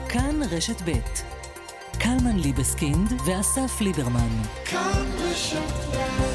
כאן רשת ב' קלמן ליבסקינד ואסף ליברמן. כאן רשת ב'.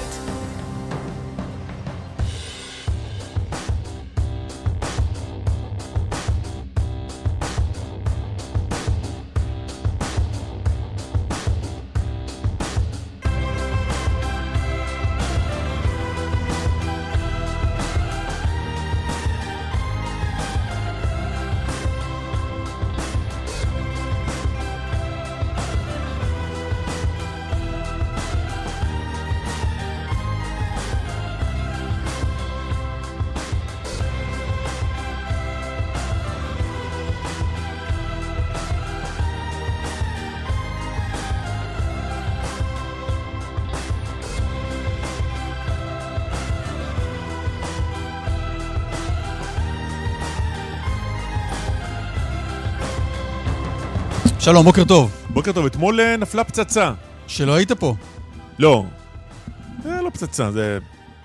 שלום, בוקר טוב. בוקר טוב, אתמול נפלה פצצה. שלא היית פה? לא. זה לא פצצה, זה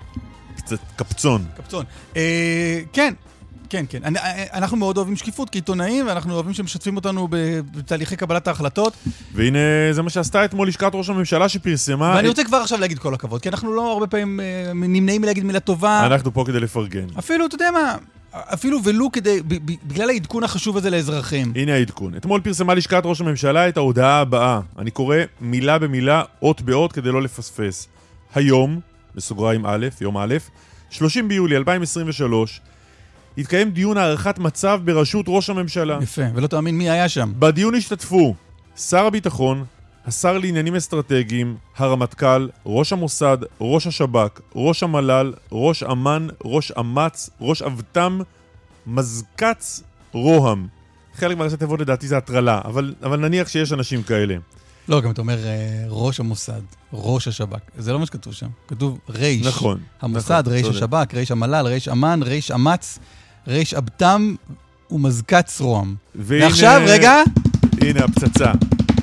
קפצון. קפצון. כן. אנחנו מאוד אוהבים שקיפות כעיתונאים, ואנחנו אוהבים שמשתפים אותנו בתהליכי קבלת ההחלטות. והנה, זה מה שעשתה אתמול לשכת ראש הממשלה שפרסמה... ואני רוצה כבר עכשיו להגיד כל הכבוד, כי אנחנו לא הרבה פעמים נמנעים מלהגיד מילה טובה. אנחנו פה כדי לפרגן. אפילו, אתה יודע מה... אפילו ולו כדי, בגלל העדכון החשוב הזה לאזרחים. הנה העדכון. אתמול פרסמה לשכת ראש הממשלה את ההודעה הבאה. אני קורא מילה במילה, אות באות, כדי לא לפספס. היום, בסוגריים א', יום א', 30 ביולי 2023, התקיים דיון הערכת מצב בראשות ראש הממשלה. יפה, ולא תאמין מי היה שם. בדיון השתתפו שר הביטחון, השר לעניינים אסטרטגיים, הרמטכ"ל, ראש המוסד, ראש השב"כ, ראש המל"ל, ראש אמ"ן, ראש אמ"ץ, ראש אבט"ם, מזק"ץ, רוהם. חלק מהראשי תיבות לדעתי זה הטרלה, אבל נניח שיש אנשים כאלה. לא, גם אתה אומר ראש המוסד, ראש השב"כ. זה לא מה שכתוב שם. כתוב ריש. נכון. המוסד, ריש השב"כ, ריש המל"ל, ריש אמ"ן, ריש אמ"ץ, ריש אבט"ם ומזק"ץ רוהם. ועכשיו, רגע. הנה הפצצה.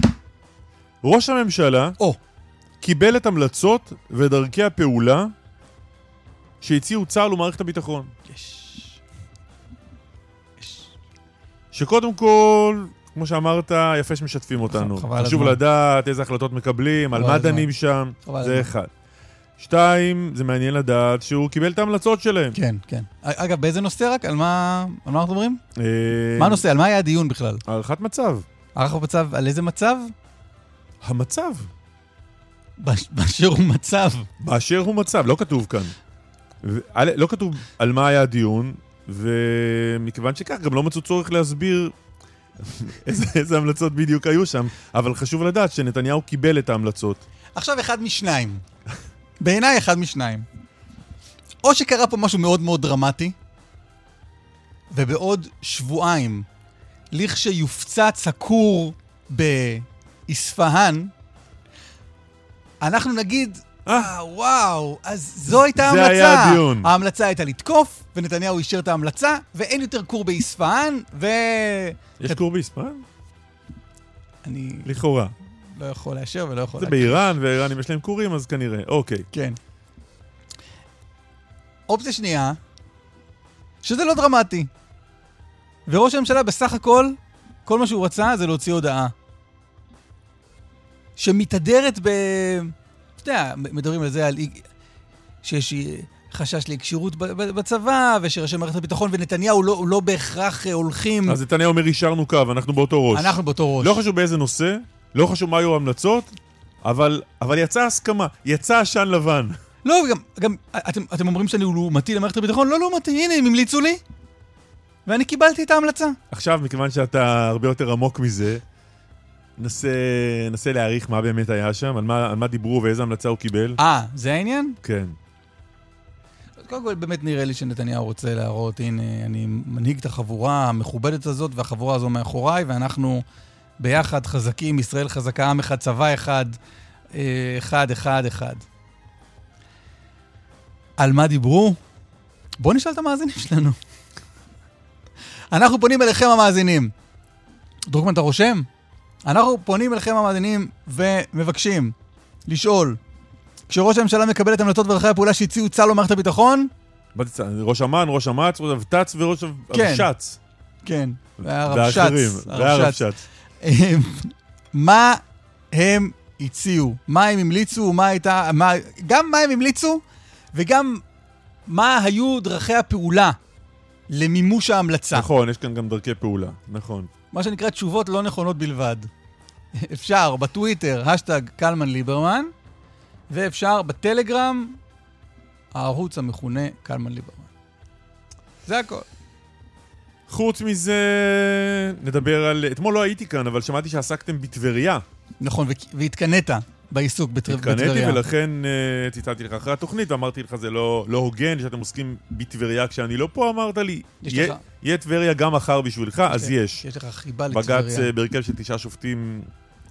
ראש הממשלה קיבל את המלצות ודרכי הפעולה שהציעו צה"ל ומערכת הביטחון. שקודם כל, כמו שאמרת, יפה שמשתפים אותנו. חשוב לדעת איזה החלטות מקבלים, על מה דנים שם, זה אחד. 2, זה מעניין לדעת שהוא קיבל את ההמלצות שלהם. כן. אגב, באיזה נושא רק? על מה אנחנו מדברים? מה הנושא? על מה היה הדיון בכלל? הערכת מצב. הערכת מצב, על איזה מצב? המצב. באשר הוא מצב. באשר הוא מצב, לא כתוב כאן. לא כתוב על מה היה הדיון, ומכיוון שכך גם לא מצאו צורך להסביר איזה המלצות בדיוק היו שם, אבל חשוב לדעת שנתניהו קיבל את ההמלצות. עכשיו אחד משניים. בעיניי אחד משניים. או שקרה פה משהו מאוד מאוד דרמטי, ובעוד שבועיים, לכשיופצץ הכור באספהאן, אנחנו נגיד, וואו, אז זו הייתה ההמלצה. זה היה הדיון. ההמלצה הייתה לתקוף, ונתניהו אישר את ההמלצה, ואין יותר כור באספהאן, יש כור באספהאן? אני... לכאורה. לא יכול לאשר ולא יכול... זה באיראן, ואיראנים יש להם כורים, אז כנראה. אוקיי. כן. אופציה שנייה, שזה לא דרמטי. וראש הממשלה בסך הכל, כל מה שהוא רצה זה להוציא הודעה. שמתהדרת אתה יודע, מדברים על זה, שיש חשש להקשירות בצבא, ושראשי מערכת הביטחון ונתניהו לא בהכרח הולכים... אז נתניהו אומר, אישרנו קו, אנחנו באותו ראש. אנחנו באותו ראש. לא חשוב באיזה נושא, לא חשוב מה היו ההמלצות, אבל יצאה הסכמה, יצא עשן לבן. לא, גם אתם אומרים שאני לעומתי למערכת הביטחון? לא לעומתי, הנה, הם המליצו לי, ואני קיבלתי את ההמלצה. עכשיו, מכיוון שאתה הרבה יותר עמוק מזה, נסה להעריך מה באמת היה שם, על מה דיברו ואיזה המלצה הוא קיבל. זה העניין? כן. קודם כל, באמת נראה לי שנתניהו רוצה להראות, הנה, אני מנהיג את החבורה המכובדת הזאת, והחבורה הזו מאחוריי, ואנחנו ביחד חזקים, ישראל חזקה, עם אחד, צבא אחד, אחד. על מה דיברו? בואו נשאל את המאזינים שלנו. אנחנו פונים אליכם המאזינים. דרוקמן, אתה רושם? אנחנו פונים אליכם המאזינים ומבקשים לשאול, כשראש הממשלה מקבל את המלצות ודרכי הפעולה שהציעו צה"ל ומערכת הביטחון? ראש אמ"ן, ראש אמ"ץ, ראש אבט"ץ וראש אבש"ץ. כן, והאחרים, והרבש"ץ. מה הם הציעו? מה הם המליצו? גם מה הם המליצו, וגם מה היו דרכי הפעולה למימוש ההמלצה. נכון, יש כאן גם דרכי פעולה, נכון. מה שנקרא תשובות לא נכונות בלבד. אפשר בטוויטר, השטג קלמן ליברמן, ואפשר בטלגרם, הערוץ המכונה קלמן ליברמן. זה הכל. חוץ מזה, נדבר על... אתמול לא הייתי כאן, אבל שמעתי שעסקתם בטבריה. נכון, והתקנית בעיסוק בטבריה. התקניתי, ולכן ציטטתי לך אחרי התוכנית, ואמרתי לך, זה לא הוגן שאתם עוסקים בטבריה כשאני לא פה, אמרת לי, יהיה טבריה גם מחר בשבילך, אז יש. יש לך חיבה לטבריה. בג"ץ בהרכב של 9 שופטים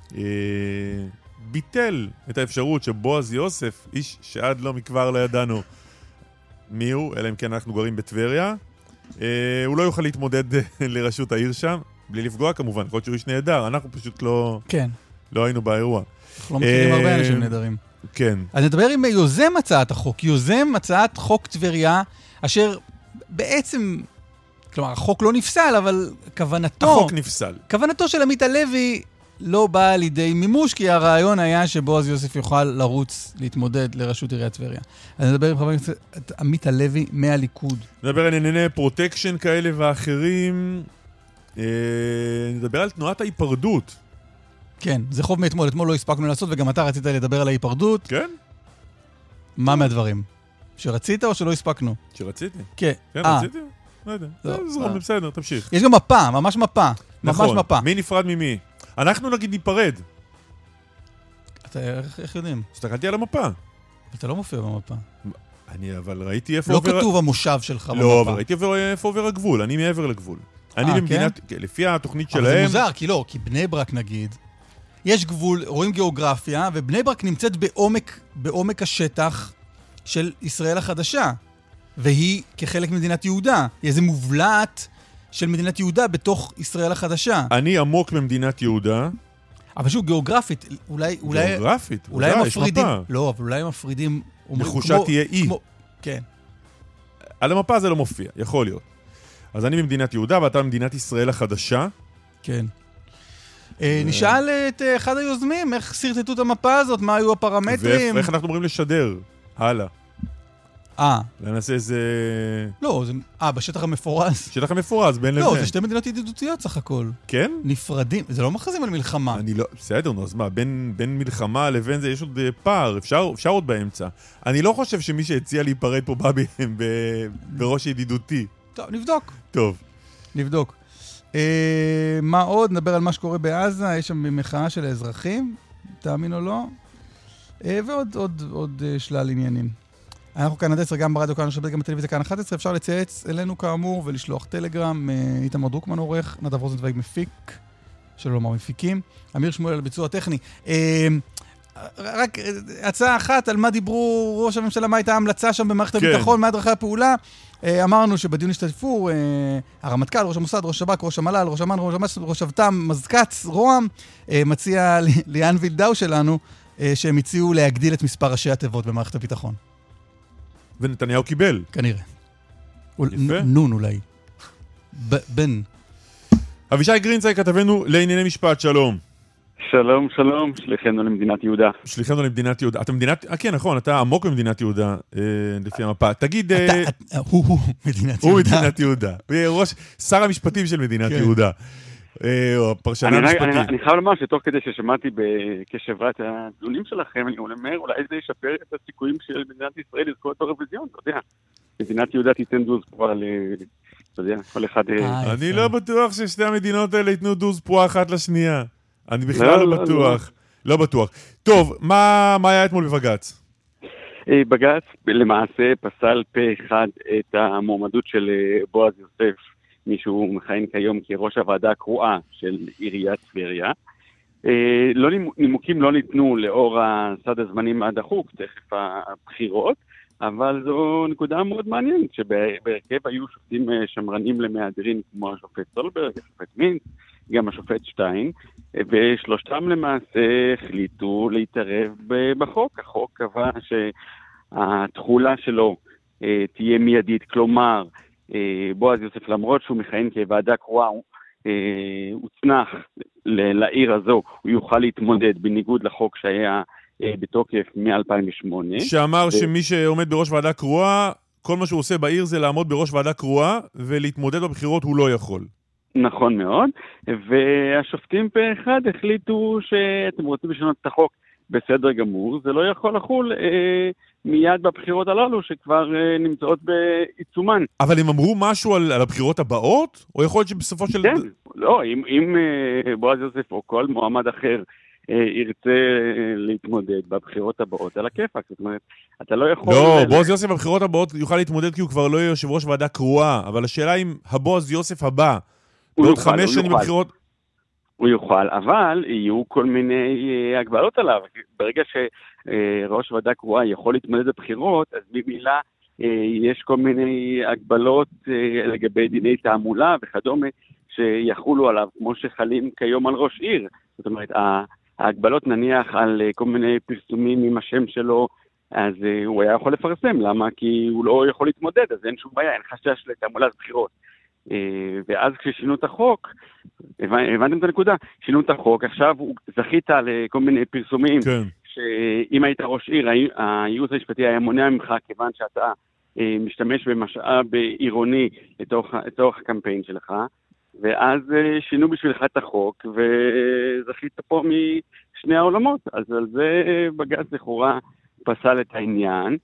ביטל את האפשרות שבועז יוסף, איש שעד לא מכבר לא ידענו מי הוא, אלא אם כן אנחנו גרים בטבריה, הוא לא יוכל להתמודד לראשות העיר שם, בלי לפגוע כמובן, יכול להיות שהוא איש נהדר, אנחנו פשוט לא היינו באירוע. אנחנו לא מכירים הרבה אנשים נהדרים. כן. אז נדבר עם יוזם הצעת החוק, יוזם הצעת חוק טבריה, אשר בעצם, כלומר, החוק לא נפסל, אבל כוונתו... החוק נפסל. כוונתו של עמית הלוי לא באה לידי מימוש, כי הרעיון היה שבועז יוסף יוכל לרוץ, להתמודד לראשות עיריית טבריה. אז נדבר עם חבר הכנסת עמית הלוי מהליכוד. נדבר על ענייני פרוטקשן כאלה ואחרים. נדבר על תנועת ההיפרדות. כן, זה חוב מאתמול, אתמול לא הספקנו לעשות, וגם אתה רצית לדבר על ההיפרדות. כן? מה מהדברים? שרצית או שלא הספקנו? שרציתי. כן. כן, רציתי? לא יודע. זרום, בסדר, תמשיך. יש גם מפה, ממש מפה. נכון, מי נפרד ממי? אנחנו נגיד ניפרד. איך יודעים? הסתכלתי על המפה. אתה לא מופיע במפה. אני אבל ראיתי איפה לא כתוב המושב שלך במפה. לא, אבל ראיתי איפה עובר הגבול, אני מעבר לגבול. אני במדינת, לפי התוכנית שלהם... אבל זה מוזר, כי לא, כי בני ברק נגיד, יש גבול, רואים גיאוגרפיה, ובני ברק נמצאת בעומק השטח של ישראל החדשה, והיא כחלק ממדינת יהודה. היא איזה מובלעת של מדינת יהודה בתוך ישראל החדשה. אני עמוק במדינת יהודה. אבל שוב, גיאוגרפית, גיאוגרפית? אולי הם מפרידים... לא, אבל אולי הם מפרידים... נחושה תהיה אי. כן. על המפה זה לא מופיע, יכול להיות. אז אני במדינת יהודה, ואתה במדינת ישראל החדשה. כן. נשאל את אחד היוזמים, איך סרטטו את המפה הזאת, מה היו הפרמטרים. ואיך אנחנו אמורים לשדר? הלאה. ננסה איזה... לא, זה... בשטח המפורז. שטח המפורז, בין לבין. לא, זה שתי מדינות ידידותיות סך הכל. כן? נפרדים. זה לא מכרזים על מלחמה. אני לא... בסדר, נו, אז מה, בין מלחמה לבין זה יש עוד פער, אפשר עוד באמצע. אני לא חושב שמי שהציע להיפרד פה בא בראש ידידותי. טוב, נבדוק. טוב. נבדוק. מה עוד? נדבר על מה שקורה בעזה, יש שם מחאה של האזרחים, תאמין או לא. ועוד שלל עניינים. אנחנו כאן עד 10, גם ברדיו, כאן נשאר גם בטלוויזיה, כאן 11, אפשר לצייץ אלינו כאמור ולשלוח טלגרם, איתמר דרוקמן עורך, נדב רוזנצוויג מפיק, שלא לומר מפיקים, אמיר שמואל על ביצוע טכני. רק הצעה אחת על מה דיברו ראש הממשלה, מה הייתה ההמלצה שם במערכת הביטחון, מה דרכי הפעולה. אמרנו שבדיון השתתפו הרמטכ"ל, ראש המוסד, ראש שב"כ, ראש המל"ל, ראש אמ"ן, ראש אבט"ם, מזק"ץ, רוה"מ, מציע ליאן וילדאו שלנו, שהם הציעו להגדיל את מספר ראשי התיבות במערכת הביטחון. ונתניהו קיבל. כנראה. נון אולי. בן. אבישי גרינצייג, כתבנו לענייני משפט, שלום. שלום, שלום, שליחנו למדינת יהודה. שליחנו למדינת יהודה. אתה מדינת... כן, נכון, אתה עמוק במדינת יהודה, לפי המפה. תגיד... הוא מדינת יהודה. הוא מדינת יהודה. שר המשפטים של מדינת יהודה. או הפרשן המשפטי. אני חייב לומר שתוך כדי ששמעתי בקשב רב את הדיונים שלכם, אני אומר, אולי זה ישפר את הסיכויים של מדינת ישראל לזכות באירוויזיון, אתה יודע. מדינת יהודה תיתן דוז פרועה אתה יודע, כל אחד... אני לא בטוח ששתי המדינות האלה ייתנו דוז פרועה אחת לשנייה. אני בכלל לא בטוח. לא בטוח. טוב, מה היה אתמול בבג"ץ? בג"ץ למעשה פסל פה אחד את המועמדות של בועז יוסף, מישהו מכהן כיום כראש הוועדה הקרואה של עיריית טבריה. נימוקים לא ניתנו לאור הסד הזמנים הדחוק, תכף הבחירות, אבל זו נקודה מאוד מעניינת, שבהרכב היו שופטים שמרנים למהדרין, כמו השופט סולברג, השופט מינץ, גם השופט שטיין, ושלושתם למעשה החליטו להתערב בחוק. החוק קבע שהתחולה שלו תהיה מיידית, כלומר, בועז יוסף למרות שהוא מכהן כוועדה קרואה, הוצנח לעיר הזו, הוא יוכל להתמודד בניגוד לחוק שהיה בתוקף מ-2008. שאמר שמי שעומד בראש ועדה קרואה, כל מה שהוא עושה בעיר זה לעמוד בראש ועדה קרואה, ולהתמודד בבחירות הוא לא יכול. נכון מאוד, והשופטים פה אחד החליטו שאתם רוצים לשנות את החוק בסדר גמור, זה לא יכול לחול מיד בבחירות הללו שכבר נמצאות בעיצומן. אבל הם אמרו משהו על הבחירות הבאות? או יכול להיות שבסופו של... כן, לא, אם בועז יוסף או כל מועמד אחר ירצה להתמודד בבחירות הבאות על הכיפק, זאת אומרת, אתה לא יכול... לא, בועז יוסף בבחירות הבאות יוכל להתמודד כי הוא כבר לא יהיה יושב ראש ועדה קרואה, אבל השאלה אם הבועז יוסף הבא, בעוד 5 שנים בבחירות... הוא יוכל, אבל יהיו כל מיני הגבלות עליו. ברגע שראש ועדה קרואה יכול להתמודד בבחירות, אז ממילא יש כל מיני הגבלות לגבי דיני תעמולה וכדומה שיחולו עליו, כמו שחלים כיום על ראש עיר. זאת אומרת, ההגבלות נניח על כל מיני פרסומים עם השם שלו, אז הוא היה יכול לפרסם. למה? כי הוא לא יכול להתמודד, אז אין שום בעיה, אין חשש לתעמולת בחירות. ואז כששינו את החוק, הבנתם את הנקודה, שינו את החוק, עכשיו זכית לכל מיני פרסומים, כן. שאם היית ראש עיר, הייעוץ המשפטי היה מונע ממך, כיוון שאתה משתמש במשאב עירוני לתוך הקמפיין שלך, ואז שינו בשבילך את החוק, וזכית פה משני העולמות, אז על זה בג"ץ לכאורה פסל את העניין,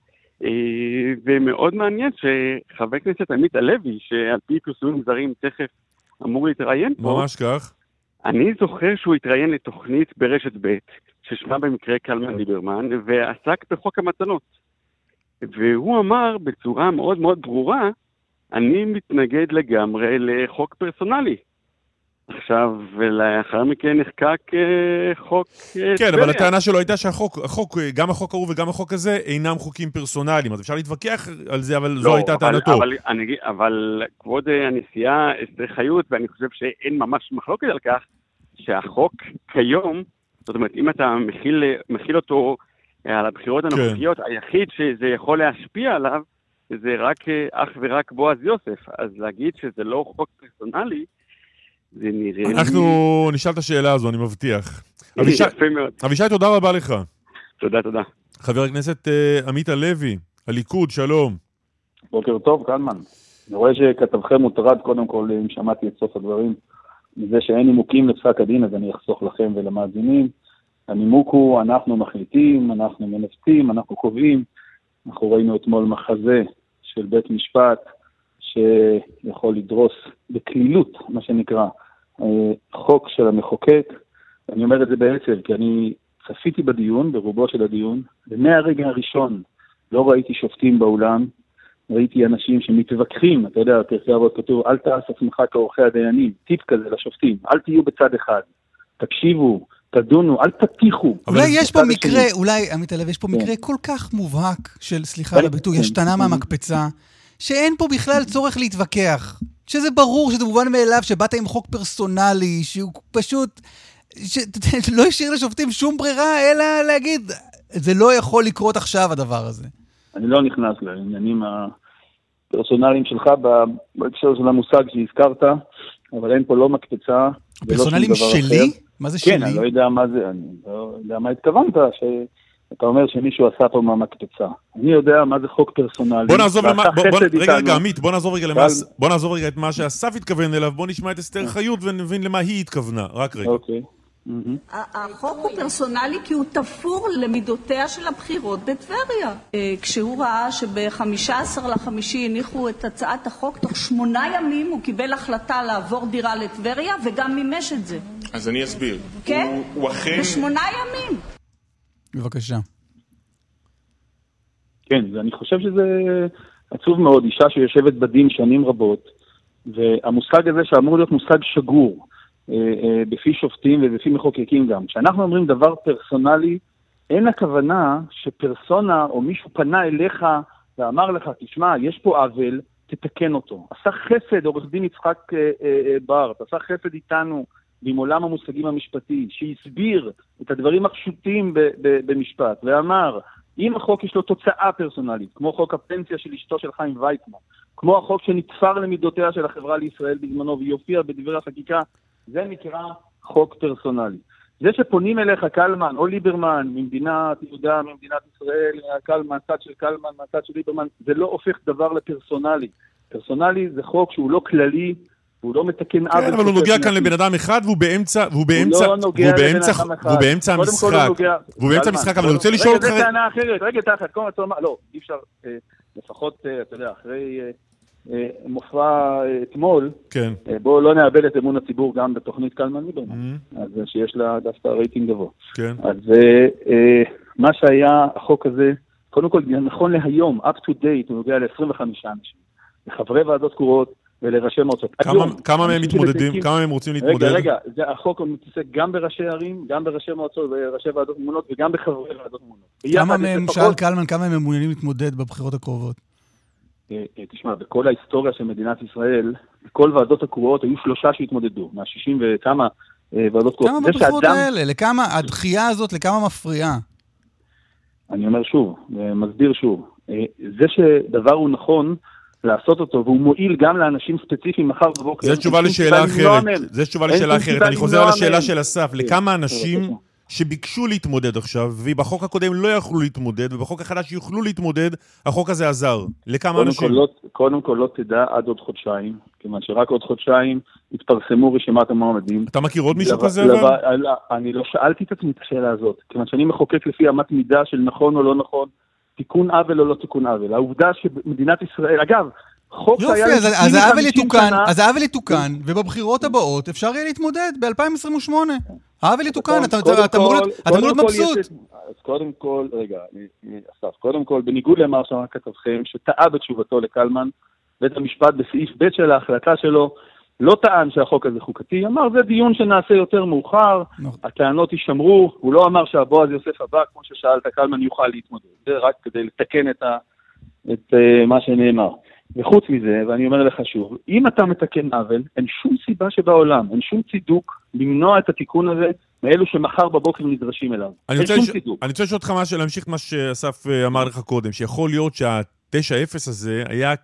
ומאוד מעניין שחבר כנסת עמית הלוי, שעל פי פרסומים זרים תכף אמור להתראיין פה. ממש כך. אני זוכר שהוא התראיין לתוכנית ברשת ב' ששמה במקרה קלמן ליברמן, ועסק בחוק המתנות. והוא אמר בצורה מאוד מאוד ברורה, אני מתנגד לגמרי לחוק פרסונלי. עכשיו, ולאחר מכן נחקק חוק... כן, אבל הטענה שלו הייתה גם החוק ההוא וגם החוק הזה אינם חוקים פרסונליים, אז אפשר להתווכח על זה, אבל זו הייתה טענתו. אבל כבוד הנשיאה אסתר חיות, ואני חושב שאין ממש מחלוקת על כך, שהחוק כיום, זאת אומרת, אם אתה מכיל אותו על הבחירות הנוכחיות, היחיד שזה יכול להשפיע עליו, זה רק אך ורק בועז יוסף. אז להגיד שזה לא חוק פרסונלי, זה נראה לי... אנחנו נשאל את השאלה הזו, אני מבטיח. אבישי, תודה רבה לך. תודה. חבר הכנסת עמית הלוי, הליכוד, שלום. בוקר טוב, קלמן. אני רואה שכתבכם מוטרד, קודם כל, אם שמעתי את סוף הדברים, מזה שאין נימוקים לפסק הדין, אז אני אחסוך לכם ולמאזינים. הנימוק הוא, אנחנו מחליטים, אנחנו מנפצים, אנחנו קובעים. אנחנו ראינו אתמול מחזה של בית משפט, שיכול לדרוס בכלילות, מה שנקרא, חוק של המחוקק. אני אומר את זה בעצב, כי אני צפיתי בדיון, ברובו של הדיון, ומהרגע הראשון לא ראיתי שופטים באולם, ראיתי אנשים שמתווכחים, אתה יודע, פרקי אבות כתוב, אל תעש עצמך כעורכי הדיינים, טיפ כזה לשופטים, אל תהיו בצד אחד, תקשיבו, תדונו, אל תתיחו. אולי יש פה מקרה, אולי, עמית הלוי, יש פה מקרה כל כך מובהק של, סליחה על הביטוי, השתנה מהמקפצה, שאין פה בכלל צורך להתווכח. שזה ברור, שזה מובן מאליו, שבאת עם חוק פרסונלי, שהוא פשוט, לא השאיר לשופטים שום ברירה, אלא להגיד, זה לא יכול לקרות עכשיו הדבר הזה. אני לא נכנס לעניינים הפרסונליים שלך, בהקשר של המושג שהזכרת, אבל אין פה לא מקפצה. הפרסונליים שלי? מה זה שלי? כן, אני לא יודע מה זה, אני לא יודע מה התכוונת, אתה אומר שמישהו עשה פה מהמקפצה. אני יודע מה זה חוק פרסונלי. רגע, עמית, בוא נעזוב רגע את מה שאסף התכוון אליו, בוא נשמע את אסתר חיות ונבין למה היא התכוונה. רק רגע. אוקיי. החוק הוא פרסונלי כי הוא תפור למידותיה של הבחירות בטבריה. כשהוא ראה שב-15.5 הניחו את הצעת החוק, תוך 8 ימים הוא קיבל החלטה לעבור דירה לטבריה וגם מימש את זה. אז אני אסביר. כן? הוא אכן... ב8 ימים. בבקשה. כן, ואני חושב שזה עצוב מאוד, אישה שיושבת בדין שנים רבות, והמושג הזה שאמור להיות מושג שגור, בפי שופטים ובפי מחוקקים גם. כשאנחנו אומרים דבר פרסונלי, אין הכוונה שפרסונה או מישהו פנה אליך ואמר לך, תשמע, יש פה עוול, תתקן אותו. עשה חסד, עורך דין יצחק ברט, עשה חסד איתנו עם עולם המושגים המשפטי, שהסביר את הדברים הפשוטים במשפט, ואמר, אם החוק יש לו תוצאה פרסונלית, כמו חוק הפנסיה של אשתו של חיים ויצמן, כמו החוק שנתפר למידותיה של החברה לישראל בזמנו, ויופיע בדברי החקיקה, זה נקרא חוק פרסונלי. זה שפונים אליך קלמן או ליברמן ממדינת יהודה, ממדינת ישראל, מהצד של קלמן, מהצד של ליברמן, זה לא הופך דבר לפרסונלי. פרסונלי זה חוק שהוא לא כללי, הוא לא מתקן עוול. כן, אבל הוא נוגע כאן לבן אדם אחד, והוא באמצע המשחק, אבל אני רוצה לשאול אותך... רגע, זה טענה אחרת, רגע, תחת, לא, אי אפשר, לפחות, אתה יודע, אחרי מופע אתמול, בואו לא נאבד את אמון הציבור גם בתוכנית קלמן ליברמן, אז שיש לה דווקא רייטינג גבוה. אז מה שהיה, החוק הזה, קודם כל, נכון להיום, up to date, הוא נוגע ל-25 אנשים, לחברי ועדות קרואות, ולראשי מועצות. כמה מהם מתמודדים? כמה מהם רוצים להתמודד? רגע, החוק מתעסק גם בראשי ערים, גם בראשי מועצות וראשי ועדות ממונות, וגם בחברי ועדות ממונות. כמה מהם, שאל קלמן, כמה מהם מעוניינים להתמודד בבחירות הקרובות? תשמע, בכל ההיסטוריה של מדינת ישראל, בכל ועדות הקרואות היו 3 שהתמודדו, מה-60 וכמה ועדות קרואות. כמה בבחירות האלה? לכמה, הדחייה הזאת, לכמה מפריעה? אני אומר שוב, מסביר שוב. זה שדבר הוא נכון, לעשות אותו, והוא מועיל גם לאנשים ספציפיים מחר בבוקר. זה תשובה לשאלה אחרת. זה תשובה לשאלה אחרת. אני חוזר על השאלה של אסף. לכמה אנשים שביקשו להתמודד עכשיו, ובחוק הקודם לא יכלו להתמודד, ובחוק החדש יוכלו להתמודד, החוק הזה עזר. לכמה אנשים? קודם כל לא תדע עד עוד חודשיים, כיוון שרק עוד חודשיים התפרסמו רשימת המועמדים. אתה מכיר עוד מישהו כזה? אני לא שאלתי את עצמי את השאלה הזאת, כיוון שאני מחוקק לפי אמת מידה של נכון או לא נכון, תיקון עוול או לא תיקון עוול. העובדה שמדינת ישראל, אגב, חוק שהיה... יופי, אז העוול יתוקן, ובבחירות הבאות אפשר יהיה להתמודד ב-2028. העוול יתוקן, אתה אמור להיות מבסוט. אז קודם כל, רגע, אסף, קודם כל, בניגוד למה שאמר כתבכם, שטעה בתשובתו לקלמן, בית המשפט בסעיף ב' של ההחלטה שלו, לא טען שהחוק הזה חוקתי, אמר, זה דיון שנעשה יותר מאוחר, הטענות יישמרו, הוא לא אמר שהבועז יוסף הבא, כמו ששאלת, קלמן יוכל להתמודד, זה רק כדי לתקן את מה שנאמר. וחוץ מזה, ואני אומר לך שוב, אם אתה מתקן עוול, אין שום סיבה שבעולם, אין שום צידוק למנוע את התיקון הזה מאלו שמחר בבוקר נדרשים אליו. אני רוצה לשאול אותך משהו, להמשיך מה שאסף אמר לך קודם, שיכול להיות שה-9-0 הזה היה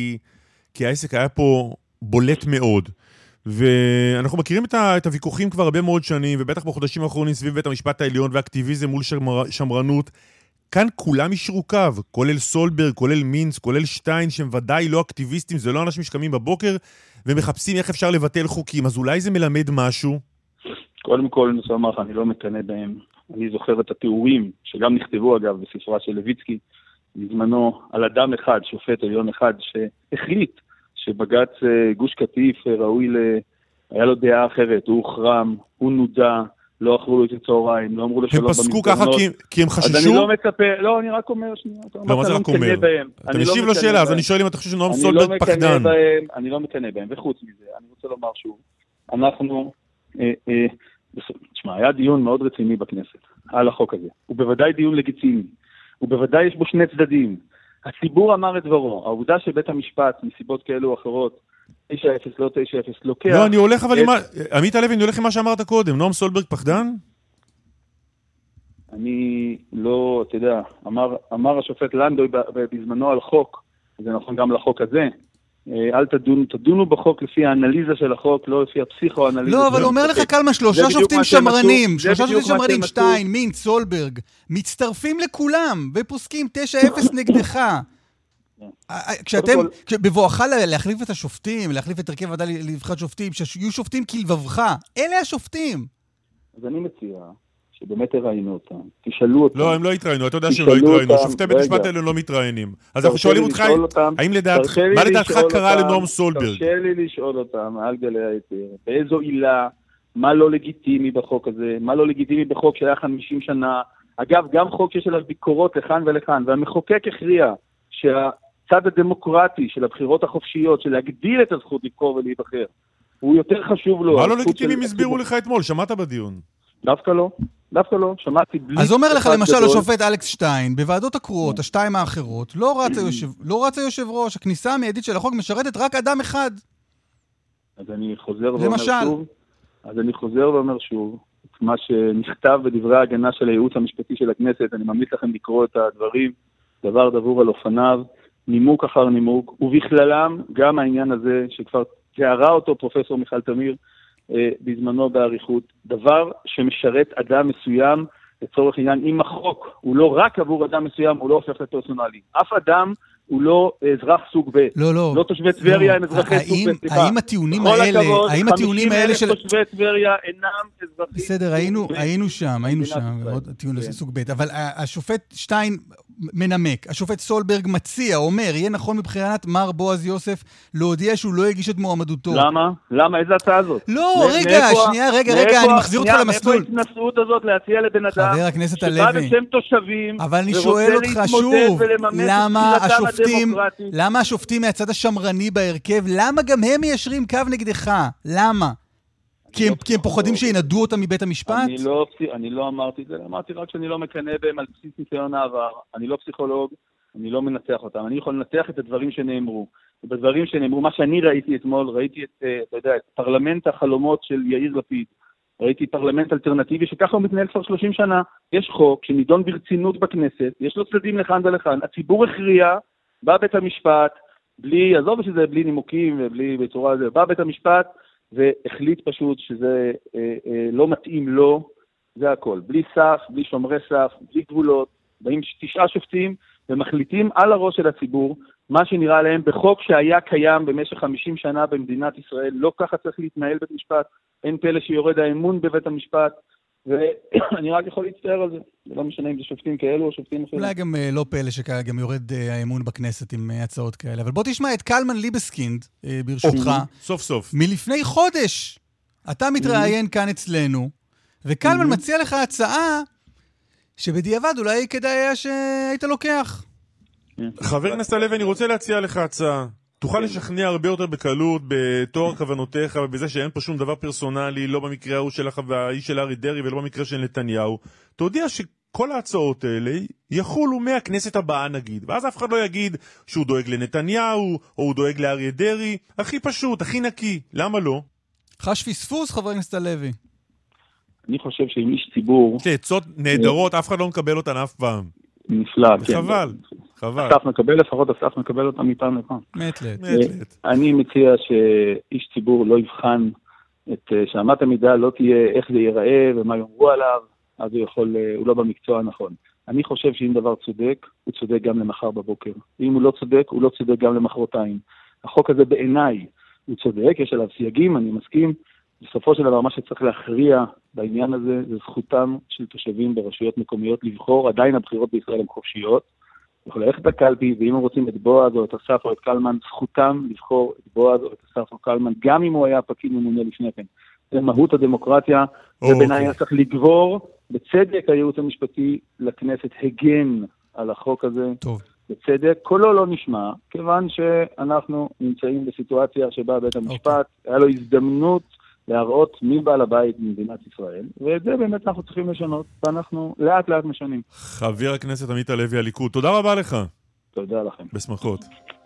כי העסק היה פה בולט מאוד. ואנחנו מכירים את הוויכוחים כבר הרבה מאוד שנים, ובטח בחודשים האחרונים סביב בית המשפט העליון ואקטיביזם מול שמרנות. כאן כולם ישרו קו, כולל סולברג, כולל מינץ, כולל שטיין, שהם ודאי לא אקטיביסטים, זה לא אנשים שקמים בבוקר ומחפשים איך אפשר לבטל חוקים, אז אולי זה מלמד משהו? קודם כל, אני רוצה לומר לך, אני לא מקנא בהם. אני זוכר את התיאורים, שגם נכתבו אגב בספרה של לויצקי, בזמנו על אדם אחד, שופט עליון אחד, שהחליט שבג"ץ גוש קטיף ראוי היה לו דעה אחרת, הוא הוחרם, הוא נודע, לא אכלו לו את הצהריים, לא אמרו לו שלום במסדרונות. הם פסקו ככה כי הם חששו? אז אני לא מצפה, לא, אני רק אומר שנייה. לא, מה זה רק אומר? אתה משיב לו שאלה, אז אני שואל אם אתה חושב שנועם סולברג פחדן. אני לא מקנא בהם, וחוץ מזה, אני רוצה לומר שוב, אנחנו, תשמע, היה דיון מאוד רציני בכנסת על החוק הזה. הוא בוודאי דיון לגיטימי, ובוודאי יש בו שני צדדים. הציבור אמר את דברו, העובדה שבית המשפט, מסיבות כאלו או אחרות, 9-0, לא 9-0, לוקח... לא, אני הולך אבל עמית הלוי, אני הולך עם מה שאמרת קודם, נועם סולברג פחדן? אני לא, אתה יודע, אמר השופט לנדוי בזמנו על חוק, זה נכון גם לחוק הזה, אל תדונו בחוק לפי האנליזה של החוק, לא לפי הפסיכואנליזה. לא, אבל אומר לך קלמן, 3 שופטים שמרנים, 3 שופטים שמרנים, שטיין, מינץ, סולברג, מצטרפים לכולם, ופוסקים 9-0 נגדך. כשאתם, בבואך להחליף את השופטים, להחליף את הרכב ועדה לבחירת שופטים, שיהיו שופטים כלבבך, אלה השופטים. אז אני מציע שבאמת הראינו אותם, תשאלו אותם. לא, הם לא התראינו, אתה יודע שהם לא התראינו, שופטי בית משפט האלה לא מתראיינים. אז אנחנו שואלים אותך, האם לדעתך, מה לדעתך קרה לנועם סולברג? תרשה לי לשאול אותם, על גלי היתר, באיזו עילה, מה לא לגיטימי בחוק הזה, מה לא לגיטימי בחוק שהיה 50 שנה, אגב, גם חוק שיש עליו ביקורות לכאן ולכאן, והמחוקק הכריע שהצד הדמוקרטי של הבחירות החופשיות, של להגדיל את הזכות לבחור ולהיבחר, הוא יותר חשוב לו. מה לא לגיטימי הם הסבירו לך אתמול? שמעת בדיון? דווקא לא, שמעתי בלי... אז אומר לך למשל השופט אלכס שטיין, בוועדות הקרואות, השתיים האחרות, לא רץ היושב ראש, הכניסה המיידית של החוק משרתת רק אדם אחד. אז אני חוזר ואומר שוב, את מה שנכתב בדברי ההגנה של הייעוץ המשפטי של הכנסת, אני ממליץ לכם לקרוא את הדברים, דבר דבור על אופניו, נימוק אחר נימוק, ובכללם גם העניין הזה שכבר תיארה אותו פרופסור מיכל תמיר, בזמנו בעריכות, דבר שמשרת אדם מסוים, לצורך עניין, אם החוק הוא לא רק עבור אדם מסוים, הוא לא הופך לפרסונלי. אף אדם הוא לא אזרח סוג ב'. לא תושבי טבריה הם אזרחי סוג ב'. האם הטיעונים האלה, 50,000 תושבי טבריה אינם אזרחים. בסדר, היינו שם, טיעון לסוג ב', אבל השופט שטיין מנמק, השופט סולברג מציע, אומר, יהיה נכון מבחינת מר בועז יוסף להודיע שהוא לא הגיש את מועמדותו. למה? איזה הצעה הזאת? לא, רגע, אני מחזיר אותך למסלול. מאיפה ההתנסות הזאת להציע לבן אדם חבר הכנסת הלוי, שבא בשם תושבים, אבל אני שואל אותך שוב, למה השופטים מהצד השמרני בהרכב, למה גם הם מיישרים קו נגדך? למה? כי הם פוחדים שינדו אותם מבית המשפט? אני לא אמרתי את זה, אמרתי רק שאני לא מקנא בהם על בסיס ניסיון העבר, אני לא פסיכולוג, אני לא מנתח אותם, אני יכול לנתח את הדברים שנאמרו, ובדברים שנאמרו, מה שאני ראיתי אתמול, ראיתי את פרלמנט החלומות של יאיר לפיד, ראיתי פרלמנט אלטרנטיבי שככה הוא מתנהל כבר 30 שנה, יש חוק שנידון ברצינות בכנסת, יש לו צדדים לכאן ולכאן, הציבור הכריע, בא בית המשפט, עזוב שזה בלי נימוקים ובלי בצורה הזה, בא בית המשפט והחליט פשוט שזה לא מתאים לו, זה הכל. בלי סף, בלי שומרי סף, בלי גבולות, באים 9 שופטים ומחליטים על הראש של הציבור, מה שנראה להם בחוק שהיה קיים במשך 50 שנה במדינת ישראל, לא ככה צריך להתנהל בית משפט, אין פלא שיורד האמון בבית המשפט, ואני רק יכול להצטער על זה. זה לא משנה אם זה שופטים כאלו או שופטים אחרים. אולי גם לא פלא שגם יורד האמון בכנסת עם הצעות כאלה. אבל בוא תשמע את קלמן ליבסקינד, ברשותך. סוף סוף. מלפני חודש. אתה מתראיין כאן אצלנו, וקלמן מציע לך הצעה שבדיעבד אולי כדאי היה שהיית לוקח. חבר הכנסת הלוי, אני רוצה להציע לך הצעה. תוכל לשכנע הרבה יותר בקלות בתואר כוונותיך ובזה שאין פה שום דבר פרסונלי, לא במקרה ההוא שלך והאיש של ארי דרעי ולא במקרה של נתניהו. תודיע שכל ההצעות האלה יחולו מהכנסת הבאה נגיד, ואז אף אחד לא יגיד שהוא דואג לנתניהו או הוא דואג לארי דרעי. הכי פשוט, הכי נקי. למה לא? חש פספוס, חבר הכנסת הלוי. אני חושב שאם איש ציבור... עצות נהדרות, אף אחד לא מקבל אותן אף פעם. נפלא, כן. חבל. אסף מקבל, לפחות אסף מקבל אותם מפעם לפעם. מטלט. אני מציע שאיש ציבור לא יבחן שאמת המידה לא תהיה איך זה ייראה ומה יאמרו עליו, אז הוא לא במקצוע הנכון. אני חושב שאם דבר צודק, הוא צודק גם למחר בבוקר. אם הוא לא צודק, הוא לא צודק גם למחרתיים. החוק הזה בעיניי הוא צודק, יש עליו סייגים, אני מסכים. בסופו של דבר מה שצריך להכריע בעניין הזה זה זכותם של תושבים ברשויות מקומיות לבחור, עדיין הבחירות בישראל הן חופשיות, יכול ללכת לקלפי, ואם הם רוצים את בועז או את אסף או את קלמן, זכותם לבחור את בועז או את אסף או קלמן, גם אם הוא היה פקיד ממונה לפני כן. זה מהות הדמוקרטיה, ובעיניי צריך לגבור, בצדק הייעוץ המשפטי לכנסת הגן על החוק הזה, טוב. בצדק, קולו לא נשמע, כיוון שאנחנו נמצאים בסיטואציה שבה בית המשפט, היה לו הזדמנות להראות מי בעל הבית במדינת ישראל, ואת זה באמת אנחנו צריכים לשנות, ואנחנו לאט לאט משנים. חבר הכנסת עמית הלוי הליכוד, תודה רבה לך. תודה לכם. בשמחות.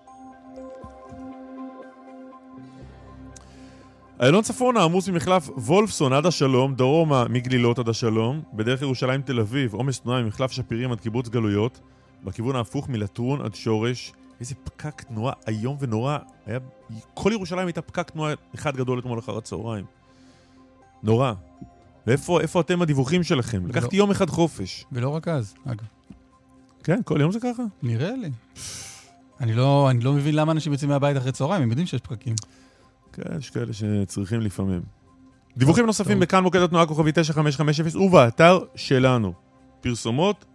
איילון צפון העמוס ממחלף וולפסון עד השלום, דרומה מגלילות עד השלום, בדרך ירושלים תל אביב, עומס תנועה ממחלף שפירים עד קיבוץ גלויות, בכיוון ההפוך מלטרון עד שורש. איזה פקק תנועה היום ונורא. כל ירושלים הייתה פקק תנועה אחד גדול אתמול אחר הצהריים. נורא. ואיפה אתם הדיווחים שלכם? לקחתי יום אחד חופש. ולא רק אז, אגב. כן, כל יום זה ככה? נראה לי. אני לא מבין למה אנשים יוצאים מהבית אחרי צהריים, הם יודעים שיש פקקים. כן, יש כאלה שצריכים לפעמים. דיווחים נוספים בכאן מוקד התנועה כוכבי 9550 ובאתר שלנו. פרסומות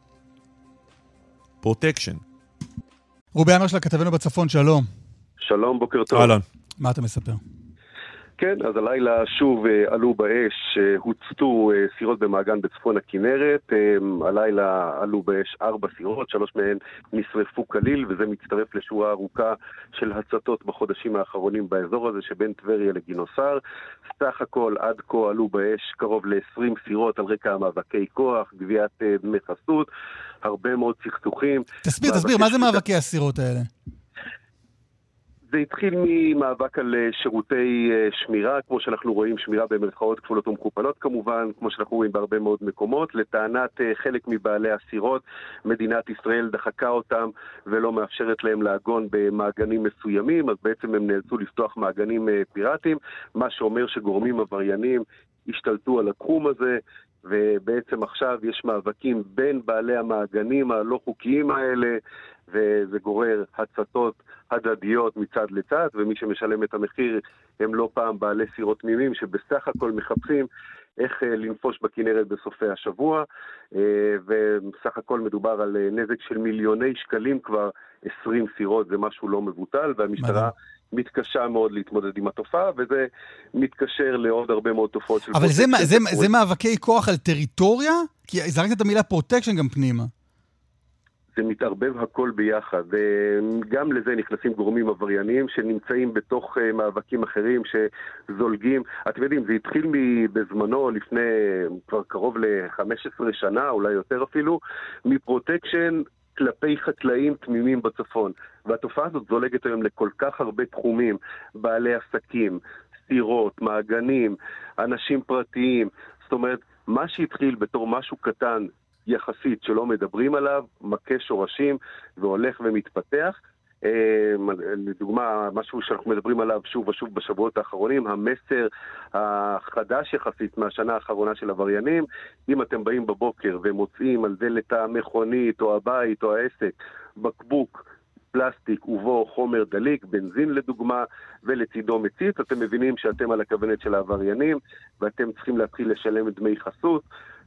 פרוטקשן. רובי עמר של כתבנו בצפון, שלום. שלום, בוקר טוב. אהלן. מה אתה מספר? כן, אז הלילה שוב עלו באש, הוצתו סירות במעגן בצפון הכנרת. הלילה עלו באש 4 סירות, 3 מהן נשרפו כליל, וזה מצטרף לשורה ארוכה של הצתות בחודשים האחרונים באזור הזה שבין טבריה לגינוסר. סך הכל עד כה עלו באש קרוב ל-20 סירות על רקע מאבקי כוח, גביית דמי חסות, הרבה מאוד סכסוכים. תסביר, מה זה מאבקי הסירות האלה? זה התחיל ממאבק על שירותי שמירה, כמו שאנחנו רואים, שמירה במרכאות כפולות ומכופלות כמובן, כמו שאנחנו רואים בהרבה מאוד מקומות. לטענת חלק מבעלי הסירות, מדינת ישראל דחקה אותם ולא מאפשרת להם לעגון במעגנים מסוימים, אז בעצם הם נאלצו לפתוח מעגנים פיראטיים, מה שאומר שגורמים עבריינים השתלטו על התחום הזה, ובעצם עכשיו יש מאבקים בין בעלי המעגנים הלא חוקיים האלה, וזה גורר הצתות הדדיות מצד לצד, ומי שמשלם את המחיר הם לא פעם בעלי סירות תמימים שבסך הכל מחפשים איך לנפוש בכנרת בסופי השבוע, ובסך הכל מדובר על נזק של מיליוני שקלים, כבר 20 סירות, זה משהו לא מבוטל, והמשטרה מתקשה מאוד להתמודד עם התופעה, וזה מתקשר לעוד הרבה מאוד תופעות של... אבל זה מאבקי כוח על טריטוריה? כי זרקת את המילה פרוטקשן גם פנימה. זה מתערבב הכל ביחד, וגם לזה נכנסים גורמים עברייניים שנמצאים בתוך מאבקים אחרים שזולגים. אתם יודעים, זה התחיל בזמנו לפני כבר קרוב ל-15 שנה, אולי יותר אפילו, מפרוטקשן כלפי חקלאים תמימים בצפון. והתופעה הזאת זולגת היום לכל כך הרבה תחומים, בעלי עסקים, סירות, מעגנים, אנשים פרטיים. זאת אומרת, מה שהתחיל בתור משהו קטן יחסית שלא מדברים עליו, מכה שורשים והולך ומתפתח. לדוגמה, משהו שאנחנו מדברים עליו שוב ושוב בשבועות האחרונים, המסר החדש יחסית מהשנה האחרונה של עבריינים, אם אתם באים בבוקר ומוצאים על דלת המכונית או הבית או העסק בקבוק פלסטיק ובו חומר דליק, בנזין לדוגמה, ולצידו מצית, אתם מבינים שאתם על הכוונת של העבריינים, ואתם צריכים להתחיל לשלם דמי חסות,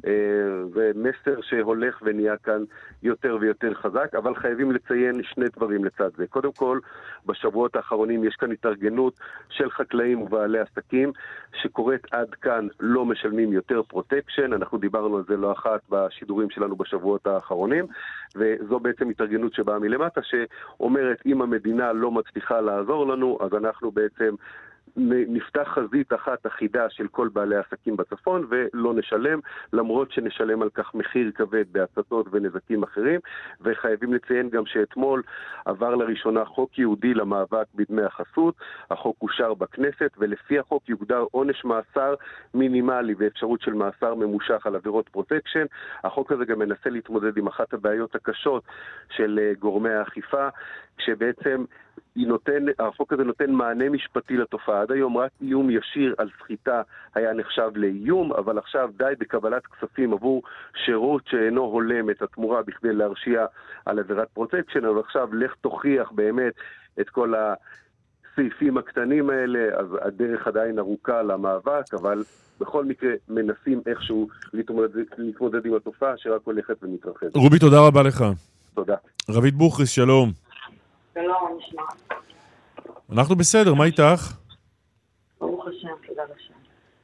ומסר שהולך ונהיה כאן יותר ויותר חזק, אבל חייבים לציין שני דברים לצד זה. קודם כל, בשבועות האחרונים יש כאן התארגנות של חקלאים ובעלי עסקים, שקוראת עד כאן לא משלמים יותר פרוטקשן, אנחנו דיברנו על זה לא אחת בשידורים שלנו בשבועות האחרונים, וזו בעצם התארגנות שבאה מלמטה, שאומרת אם המדינה לא מצליחה לעזור לנו, אז אנחנו בעצם נפתח חזית אחת אחידה של כל בעלי העסקים בצפון ולא נשלם, למרות שנשלם על כך מחיר כבד בהצתות ונזקים אחרים. וחייבים לציין גם שאתמול עבר לראשונה חוק יהודי למאבק בדמי החסות. החוק אושר בכנסת, ולפי החוק יוגדר עונש מאסר מינימלי ואפשרות של מאסר ממושך על עבירות פרוטקשן. החוק הזה גם מנסה להתמודד עם אחת הבעיות הקשות של גורמי האכיפה, כשבעצם החוק הזה נותן מענה משפטי לתופעה. עד היום רק איום ישיר על סחיטה היה נחשב לאיום, אבל עכשיו די בקבלת כספים עבור שירות שאינו הולם את התמורה בכדי להרשיע על עבירת פרוטקשן, אבל עכשיו לך תוכיח באמת את כל הסעיפים הקטנים האלה, אז הדרך עדיין ארוכה למאבק, אבל בכל מקרה מנסים איכשהו להתמודד עם התופעה שרק הולכת ומתרחבת. רובי, תודה רבה לך. תודה. רבית בוכריס, שלום. שלום, נשמע. אנחנו בסדר, מה איתך? ברוך השם, תודה לשם.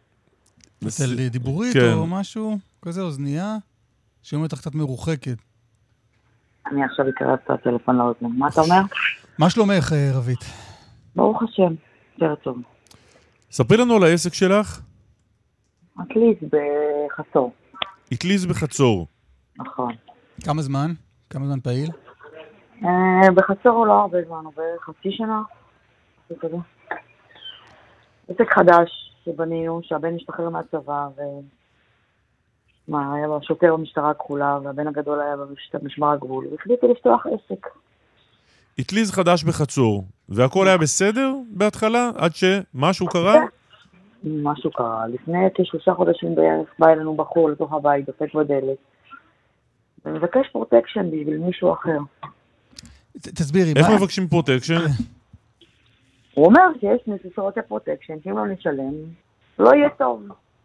בתל דיבורית או משהו כזה, אוזנייה, שאומרת לך קצת מרוחקת. אני עכשיו אקרא את הטלפון לאוזן. מה אתה אומר? מה שלומך, רבית? ברוך השם, יותר טוב. ספרי לנו על העסק שלך. אטליז בחצור. אטליז בחצור. נכון. כמה זמן? כמה זמן פעיל? בחצור הוא לא הרבה זמן, הוא בחצי שנה. עסק חדש שבנינו, שהבן משתחרר מהצבא, היה שוטר במשטרה הכחולה, והבן הגדול היה במשמר הגבול, והחליטו לפתוח עסק. אטליז חדש בחצור, והכל היה בסדר בהתחלה, עד שמשהו קרה? משהו קרה. לפני כ3 חודשים בערך בא אלינו בחור לתוך הבית, דופק בדלת, ומבקש פרוטקשן בשביל מישהו אחר. תסבירי. איך מבקשים פרוטקשן? הוא אומר שיש מישהו שרוצה פרוטקשן, שאם לא נשלם, לא יהיה טוב.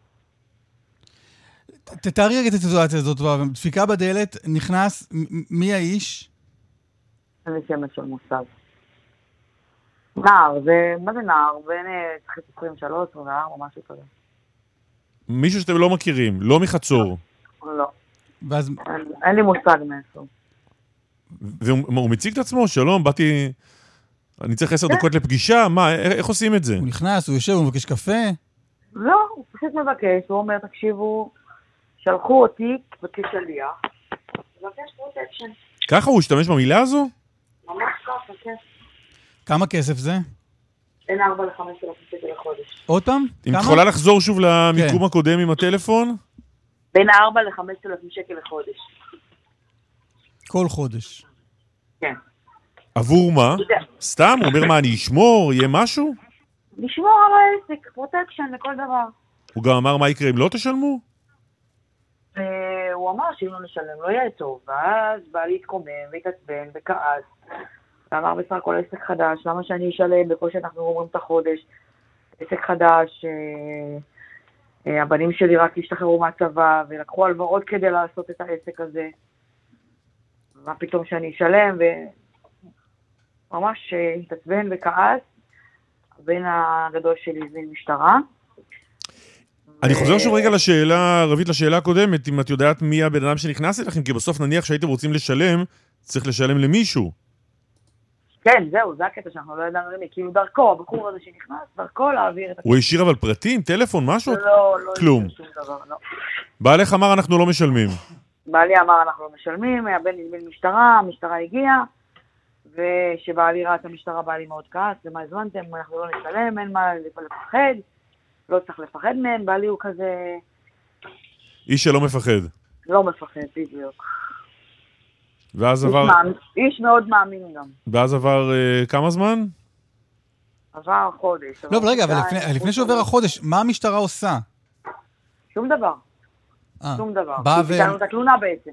תתארי רגע את הסיטואציה הזאת, דפיקה בדלת, נכנס, מי האיש? אני שמש של מוסד. נער, מה זה נער? בין 23, 24, משהו כזה. מישהו שאתם לא מכירים, לא מחצור. לא. ואז... אין לי מושג מאיפה. והוא מציג את עצמו, שלום, באתי... אני צריך 10 דקות לפגישה, מה, איך עושים את זה? הוא נכנס, הוא יושב, הוא מבקש קפה? לא, הוא פשוט מבקש, הוא אומר, תקשיבו, שלחו אותי כשליח, מבקש פרוטקשן. ככה הוא השתמש במילה הזו? ממש ככה, כן. כמה כסף זה? בין 4 ל-5,000 שקל לחודש. עוד פעם? אם את יכולה לחזור שוב למיקום הקודם עם הטלפון? בין 4 ל-5,000 שקל לחודש. כל חודש. כן. עבור מה? סתם? הוא אומר מה, אני אשמור? יהיה משהו? לשמור על העסק, פרוטקשן לכל דבר. הוא גם אמר מה יקרה אם לא תשלמו? הוא אמר שאם לא נשלם לא יהיה טוב, ואז בא להתקומם והתעצבן וכעס. ואמר בסך הכל עסק חדש, למה שאני אשלם בכל שאנחנו אומרים את החודש? עסק חדש, הבנים שלי רק השתחררו מהצבא ולקחו הלוואות כדי לעשות את העסק הזה. מה פתאום שאני אשלם? וממש התעצבן וכעס. הבן הגדול שלי זה משטרה. אני חוזר שוב רגע לשאלה, רבית, לשאלה הקודמת, אם את יודעת מי הבן אדם שנכנס אליכם, כי בסוף נניח שהייתם רוצים לשלם, צריך לשלם למישהו. כן, זהו, זה הקטע שאנחנו לא ידענו למי, כאילו דרכו, הבחור הזה שנכנס, דרכו להעביר את... הוא השאיר אבל פרטים, טלפון, משהו? לא, כלום. שום דבר, לא. בעלך אמר אנחנו לא משלמים. בעלי אמר אנחנו לא משלמים, הבן נזמין משטרה, המשטרה הגיעה, ושבעלי ראה את המשטרה, בעלי מאוד כעס, למה הזמנתם, אנחנו לא נשלם, אין מה לפחד, לא צריך לפחד מהם, בעלי הוא כזה... איש שלא מפחד. לא מפחד, בדיוק. ואז עבר... איש מאוד מאמין גם. ואז עבר כמה זמן? עבר חודש. לא, אבל רגע, אבל לפני שעובר החודש, מה המשטרה עושה? שום דבר. שום דבר. תיתנו את התלונה בעצם.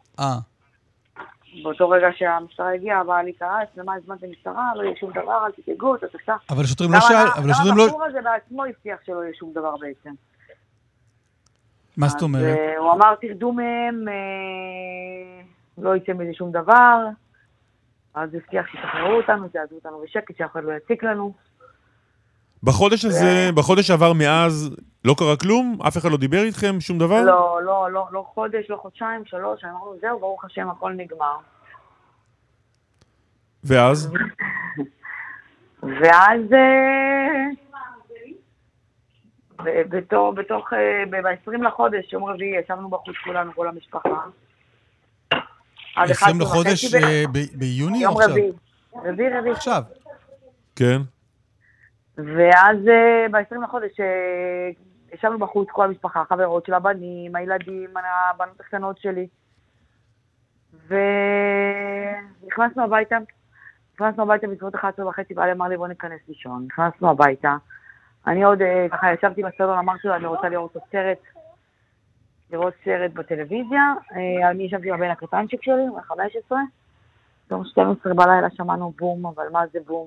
באותו רגע שהמשטרה הגיעה, באה לי כעס, למה הזמנתם משטרה, לא יהיה שום דבר, אל תתייגו, תתקה. אבל השוטרים לא שאל, אבל השוטרים לא... גם הבחור הזה בעצמו הבטיח שלא יהיה שום דבר בעצם. מה זאת אומרת? הוא אמר, תרדו מהם, לא יצא מזה שום דבר, אז הוא הבטיח שתחררו אותנו, תעזבו אותנו בשקט, שאף אחד לא יציק לנו. בחודש הזה, בחודש שעבר מאז, לא קרה כלום? אף אחד לא דיבר איתכם? שום דבר? לא חודש, לא חודשיים, 3, אמרנו, זהו, ברוך השם, הכל נגמר. ואז? ואז, ב-20 לחודש, יום רביעי, ישבנו בחוץ כולנו, כל המשפחה. 20 לחודש ביוני או עכשיו? יום רביעי. עכשיו. כן. ואז ב-20 לחודש ישבנו בחוץ כל המשפחה, חברות של הבנים, הילדים, הבנות הקטנות שלי. ונכנסנו הביתה בסביבות 11:30, בעלי אמר לי בוא ניכנס לישון. נכנסנו הביתה. אני עוד ככה ישבתי בסלון, אמרתי לו אני רוצה לראות סרט בטלוויזיה. אני ישבתי עם הבן הקטנצ'יק שלי, 15. יום 12 בלילה שמענו בום, אבל מה זה בום?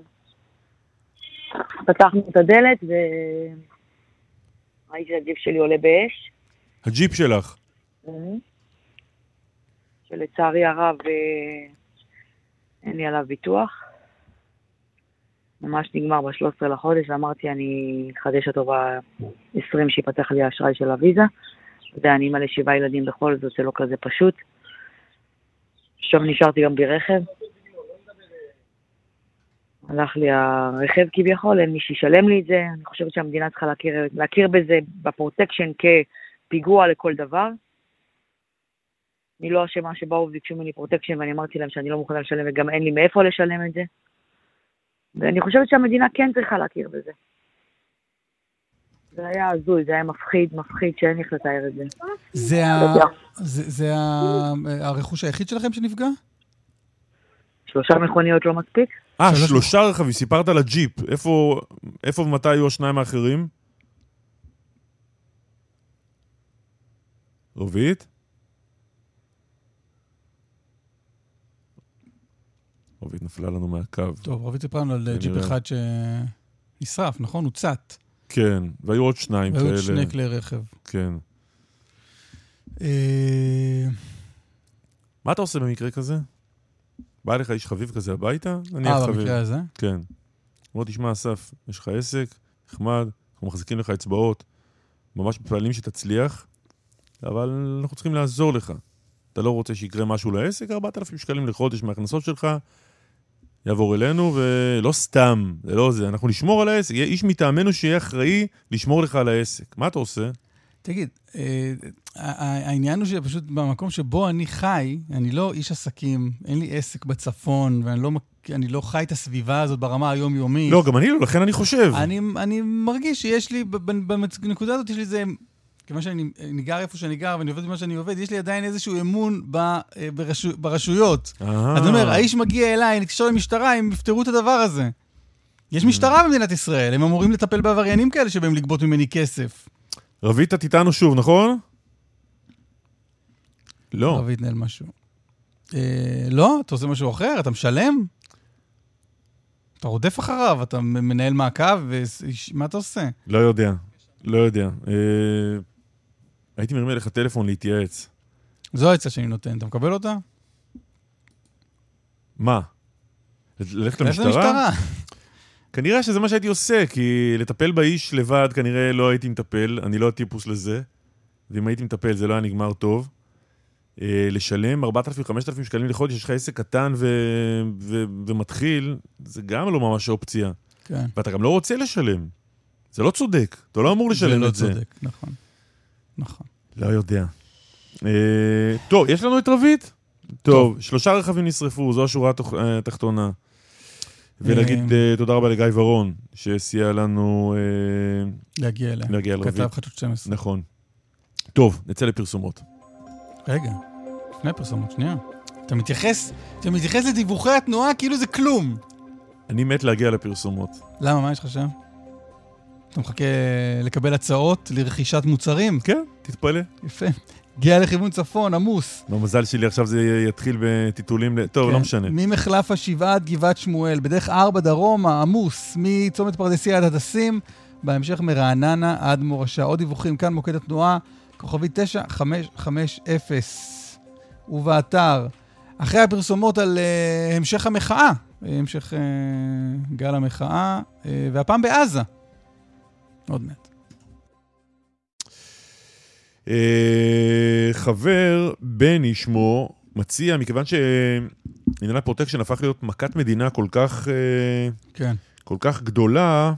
פתחנו את הדלת ראיתי שהג'יפ שלי עולה באש. הג'יפ שלך? שלצערי הרב אין לי עליו ביטוח. ממש נגמר ב-13 לחודש, ואמרתי אני אחדש אותו ב-20 שיפתח לי האשראי של הוויזה. ואני אימא ל7 ילדים בכל זאת, זה לא כזה פשוט. שם נשארתי גם ברכב. הלך לי הרכב כביכול, אין מי שישלם לי את זה. אני חושבת שהמדינה צריכה להכיר בזה בפרוטקשן כפיגוע לכל דבר. אני לא אשמה שבאו וביקשו ממני פרוטקשן, ואני אמרתי להם שאני לא מוכנה לשלם, וגם אין לי מאיפה לשלם את זה. ואני חושבת שהמדינה כן צריכה להכיר בזה. זה היה הזוי, זה היה מפחיד שאין איך לתאר את זה. זה הרכוש היחיד שלכם שנפגע? 3 מכוניות לא מספיק. 3 רכבים, סיפרת על הג'יפ. איפה ומתי היו 2 האחרים? רובית? רובית נפלה לנו מהקו. טוב, רובית סיפרה לנו על ג'יפ אחד שנשרף, נכון? הוא צט. כן, והיו עוד 2 כאלה. והיו עוד 2 כלי רכב. כן. מה אתה עושה במקרה כזה? בא לך איש חביב כזה הביתה? במקרה הזה? כן. בוא תשמע אסף, יש לך עסק, נחמד, אנחנו מחזיקים לך אצבעות, ממש בפעלים שתצליח, אבל אנחנו צריכים לעזור לך. אתה לא רוצה שיקרה משהו לעסק, 4,000 שקלים לחודש מהכנסות שלך, יעבור אלינו, ולא סתם, זה לא זה, אנחנו נשמור על העסק, יהיה איש מטעמנו שיהיה אחראי לשמור לך על העסק. מה אתה עושה? תגיד, העניין הוא שפשוט במקום שבו אני חי, אני לא איש עסקים, אין לי עסק בצפון, ואני לא חי את הסביבה הזאת ברמה היומיומית. לא, גם אני לא, לכן אני חושב. אני מרגיש שיש לי, בנקודה הזאת יש לי איזה, כיוון שאני גר איפה שאני גר, ואני עובד במה שאני עובד, יש לי עדיין איזשהו אמון ברשויות. אז אני אומר, האיש מגיע אליי, נקשור למשטרה, הם יפתרו את הדבר הזה. יש משטרה במדינת ישראל, הם אמורים לטפל בעבריינים כאלה שבהם לגבות ממני כסף. רבית, את איתנו שוב, נכון? לא. רבית נהל משהו. לא, אתה עושה משהו אחר, אתה משלם? אתה רודף אחריו, אתה מנהל מעקב, ומה אתה עושה? לא יודע, לא יודע. הייתי מרמה לך טלפון להתייעץ. זו העצה שאני נותן, אתה מקבל אותה? מה? ללכת למשטרה? כנראה שזה מה שהייתי עושה, כי לטפל באיש לבד כנראה לא הייתי מטפל, אני לא הטיפוס לזה, ואם הייתי מטפל זה לא היה נגמר טוב. לשלם 4,000-5,000 שקלים לחודש, יש לך עסק קטן ומתחיל, זה גם לא ממש אופציה. כן. ואתה גם לא רוצה לשלם. זה לא צודק, אתה לא אמור לשלם את זה. זה לא צודק, נכון. נכון. לא יודע. טוב, יש לנו את רבית? טוב, 3 רכבים נשרפו, זו השורה התחתונה. ולהגיד תודה רבה לגיא ורון, שסייע לנו להגיע אליה. כתב חדשות 12. נכון. טוב, נצא לפרסומות. רגע, לפני פרסומות, שנייה. אתה מתייחס לדיווחי התנועה כאילו זה כלום. אני מת להגיע לפרסומות. למה? מה יש לך שם? אתה מחכה לקבל הצעות לרכישת מוצרים? כן, תתפלא. יפה. הגיע לכיוון צפון, עמוס. במזל שלי עכשיו זה יתחיל בטיטולים, טוב, לא משנה. ממחלף השבעה עד גבעת שמואל, בדרך 4 דרומה, עמוס, מצומת פרדסיה עד הדסים, בהמשך מרעננה עד מורשה. עוד דיווחים כאן, מוקד התנועה, כוכבי 9550, ובאתר. אחרי הפרסומות על המשך המחאה, המשך גל המחאה, והפעם בעזה. עוד מעט. חבר בני שמו מציע, מכיוון שעניין הפרוטקשן הפך להיות מכת מדינה כל כך, כן. כל כך גדולה,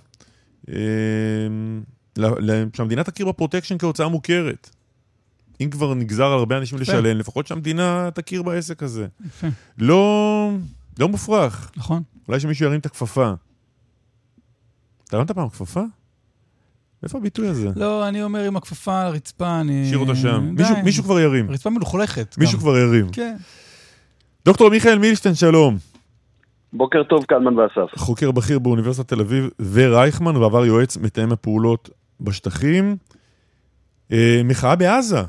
שהמדינה תכיר בפרוטקשן כהוצאה מוכרת. אם כבר נגזר על הרבה אנשים לשלם, לפחות שהמדינה תכיר בעסק הזה. לא מופרך. נכון. אולי שמישהו ירים את הכפפה. אתה הרמת פעם כפפה? איפה הביטוי הזה? לא, אני אומר עם הכפפה על הרצפה, אני... שיר אותה שם. מישהו כבר ירים. הרצפה מלוכלכת. מישהו כבר ירים. כן. דוקטור מיכאל מילשטיין, שלום. בוקר טוב, קלמן ואסף. חוקר בכיר באוניברסיטת תל אביב ורייכמן, ועבר יועץ מתאם הפעולות בשטחים. מחאה בעזה.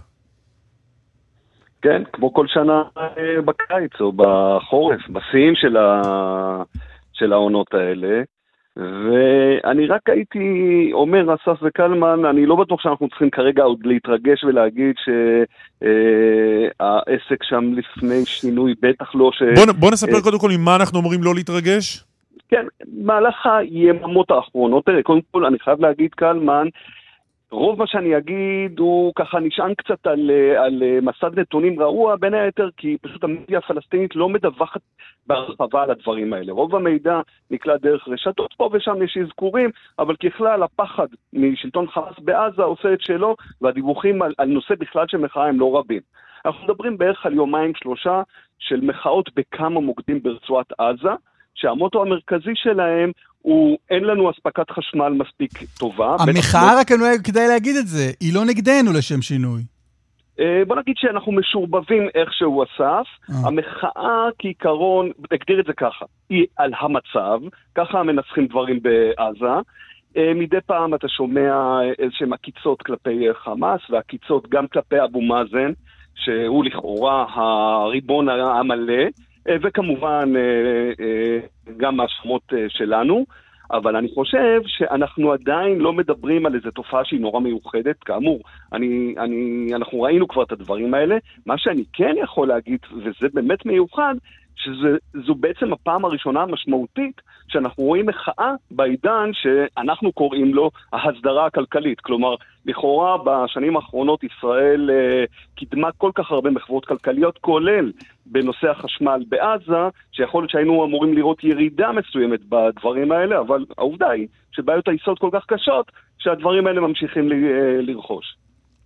כן, כמו כל שנה בקיץ או בחורף, בשיאים של העונות האלה. ואני רק הייתי אומר, אסף וקלמן, אני לא בטוח שאנחנו צריכים כרגע עוד להתרגש ולהגיד שהעסק שם לפני שינוי, בטח לא ש... בוא נספר קודם כל עם מה אנחנו אומרים לא להתרגש. כן, מהלך היממות האחרונות, קודם כל אני חייב להגיד, קלמן, רוב מה שאני אגיד הוא ככה נשען קצת על מסד נתונים רעוע, בין היתר כי פשוט המדיה הפלסטינית לא מדווחת בהרחבה על הדברים האלה. רוב המידע נקלע דרך רשתות, פה ושם יש אזכורים, אבל ככלל הפחד משלטון חמאס בעזה עושה את שלו, והדיווחים על נושא בכלל של מחאה הם לא רבים. אנחנו מדברים בערך על 2-3 של מחאות בכמה מוקדים ברצועת עזה, שהמוטו המרכזי שלהם הוא אין לנו אספקת חשמל מספיק טובה. המחאה רק כדאי להגיד את זה, היא לא נגדנו לשם שינוי. בוא נגיד שאנחנו משורבבים איכשהו אסף, המחאה כעיקרון, נגדיר את זה ככה, היא על המצב, ככה מנסחים דברים בעזה, מדי פעם אתה שומע איזשהם עקיצות כלפי חמאס, והעקיצות גם כלפי אבו מאזן, שהוא לכאורה הריבון המלא, וכמובן גם מהשמות שלנו, אבל אני חושב שאנחנו עדיין לא מדברים על איזו תופעה שהיא נורא מיוחדת, כאמור, אנחנו ראינו כבר את הדברים האלה, מה שאני כן יכול להגיד, וזה באמת מיוחד, שזו בעצם הפעם הראשונה המשמעותית שאנחנו רואים מחאה בעידן שאנחנו קוראים לו ההסדרה הכלכלית. כלומר, לכאורה בשנים האחרונות ישראל קידמה כל כך הרבה מחוות כלכליות, כולל בנושא החשמל בעזה, שיכול להיות שהיינו אמורים לראות ירידה מסוימת בדברים האלה, אבל העובדה היא שבעיות היסוד כל כך קשות, שהדברים האלה ממשיכים לרכוש.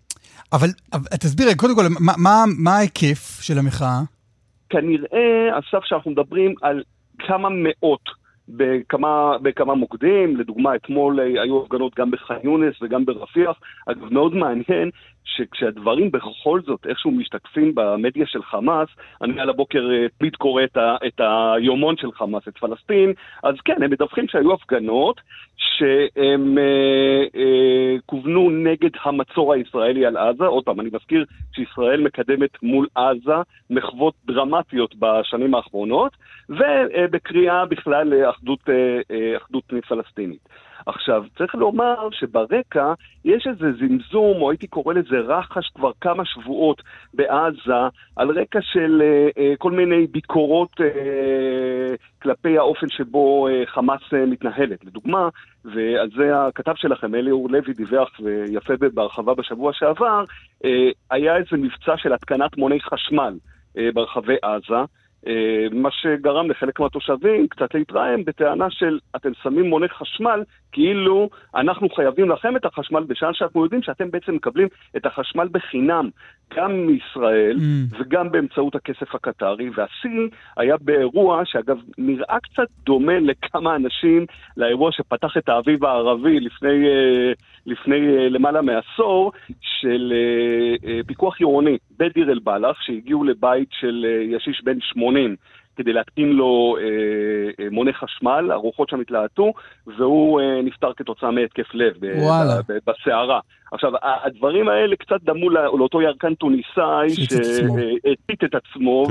אבל תסביר, קודם כל, מה ההיקף של המחאה? כנראה, אסף, שאנחנו מדברים על כמה מאות בכמה מוקדים, לדוגמה, אתמול היו הפגנות גם בח'אן יונס וגם ברפיח. אגב, מאוד מעניין שכשהדברים בכל זאת איכשהו משתקפים במדיה של חמאס, אני על הבוקר תמיד קורא את היומון של חמאס, את פלסטין, אז כן, הם מדווחים שהיו הפגנות שהם כוונו נגד המצור הישראלי על עזה. עוד פעם, אני מזכיר שישראל מקדמת מול עזה מחוות דרמטיות בשנים האחרונות, ובקריאה בכלל לאחדות פלסטינית. עכשיו, צריך לומר שברקע יש איזה זמזום, או הייתי קורא לזה רחש כבר כמה שבועות בעזה, על רקע של כל מיני ביקורות כלפי האופן שבו חמאס מתנהלת. לדוגמה, ועל זה הכתב שלכם, אליהו לוי דיווח ויפה בהרחבה בשבוע שעבר, היה איזה מבצע של התקנת מוני חשמל ברחבי עזה, מה שגרם לחלק מהתושבים קצת להתרעם בטענה של אתם שמים מונה חשמל כאילו אנחנו חייבים לכם את החשמל, בשעה שאנחנו יודעים שאתם בעצם מקבלים את החשמל בחינם גם מישראל וגם באמצעות הכסף הקטרי. והשיא היה באירוע שאגב נראה קצת דומה לכמה אנשים לאירוע שפתח את האביב הערבי לפני למעלה מעשור, של פיקוח עירוני בדיר אל בלח, שהגיעו לבית של ישיש בן 80 כדי להתקין לו מונה חשמל, הרוחות שם התלהטו, והוא נפטר כתוצאה מהתקף לב בסערה. עכשיו, הדברים האלה קצת דמו לאותו ירקן טוניסאי שהצית את עצמו,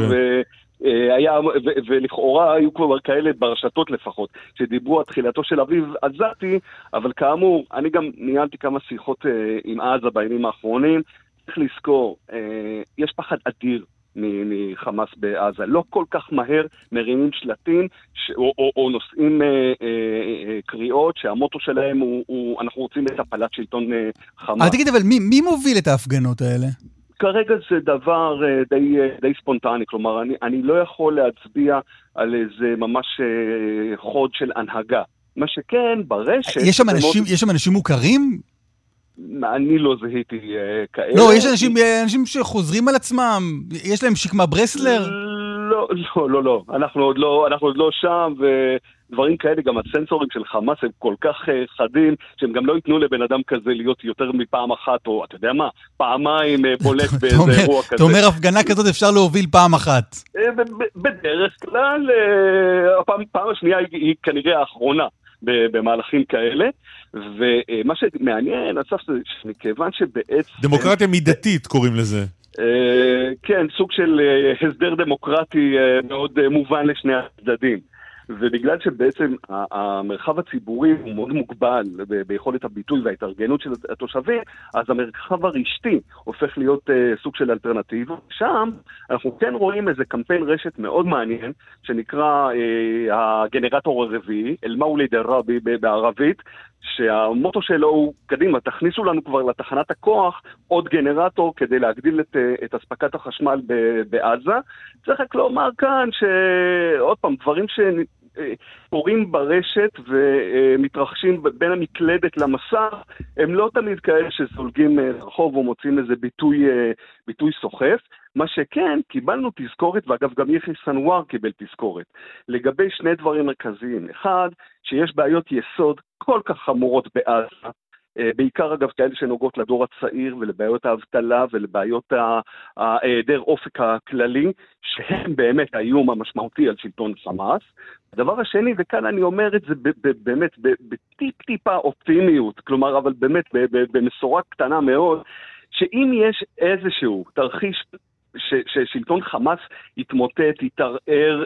ולכאורה היו כבר כאלה ברשתות לפחות, שדיברו על תחילתו של אביב עזתי, אבל כאמור, אני גם ניהלתי כמה שיחות עם עזה בימים האחרונים. צריך לזכור, יש פחד אדיר מחמאס בעזה. לא כל כך מהר מרימים שלטים או נושאים קריאות שהמוטו שלהם הוא אנחנו רוצים את הפלת שלטון חמאס. אבל תגיד, אבל מי מוביל את ההפגנות האלה? כרגע זה דבר די ספונטני, כלומר אני לא יכול להצביע על איזה ממש חוד של הנהגה. מה שכן, ברשת... יש שם אנשים מוכרים? אני לא זהיתי כאלה. לא, יש אנשים שחוזרים על עצמם, יש להם שקמה ברסלר? לא. אנחנו עוד לא שם, ודברים כאלה, גם הסנסורים של חמאס הם כל כך חדים, שהם גם לא ייתנו לבן אדם כזה להיות יותר מפעם אחת, או אתה יודע מה, פעמיים בולט באיזה אירוע כזה. אתה אומר, הפגנה כזאת אפשר להוביל פעם אחת. בדרך כלל, הפעם השנייה היא כנראה האחרונה במהלכים כאלה, ומה שמעניין, אסף, זה מכיוון שבעצם... דמוקרטיה מידתית קוראים לזה. כן, סוג של הסדר דמוקרטי מאוד מובן לשני הצדדים. ובגלל שבעצם המרחב הציבורי הוא מאוד מוגבל ביכולת הביטוי וההתארגנות של התושבים, אז המרחב הרשתי הופך להיות סוג של אלטרנטיבה. שם אנחנו כן רואים איזה קמפיין רשת מאוד מעניין, שנקרא הגנרטור הרביעי, אל-מאולי דרבי בערבית, שהמוטו שלו הוא, קדימה, תכניסו לנו כבר לתחנת הכוח עוד גנרטור כדי להגדיל את הספקת החשמל בעזה. צריך רק לומר כאן שעוד פעם, דברים שקורים ברשת ומתרחשים בין המקלדת למסך, הם לא תמיד כאלה שזולגים רחוב או מוצאים איזה ביטוי סוחף. מה שכן, קיבלנו תזכורת, ואגב גם יחיא סנואר קיבל תזכורת, לגבי שני דברים מרכזיים. אחד, שיש בעיות יסוד כל כך חמורות בעזה, בעיקר אגב כאלה שנוגעות לדור הצעיר ולבעיות האבטלה ולבעיות ההיעדר אופק הכללי, שהם באמת האיום המשמעותי על שלטון חמאס. הדבר השני, וכאן אני אומר את זה באמת בטיפה אופטימיות, כלומר אבל באמת במסורה קטנה מאוד, שאם יש איזשהו תרחיש ששלטון חמאס יתמוטט, יתערער,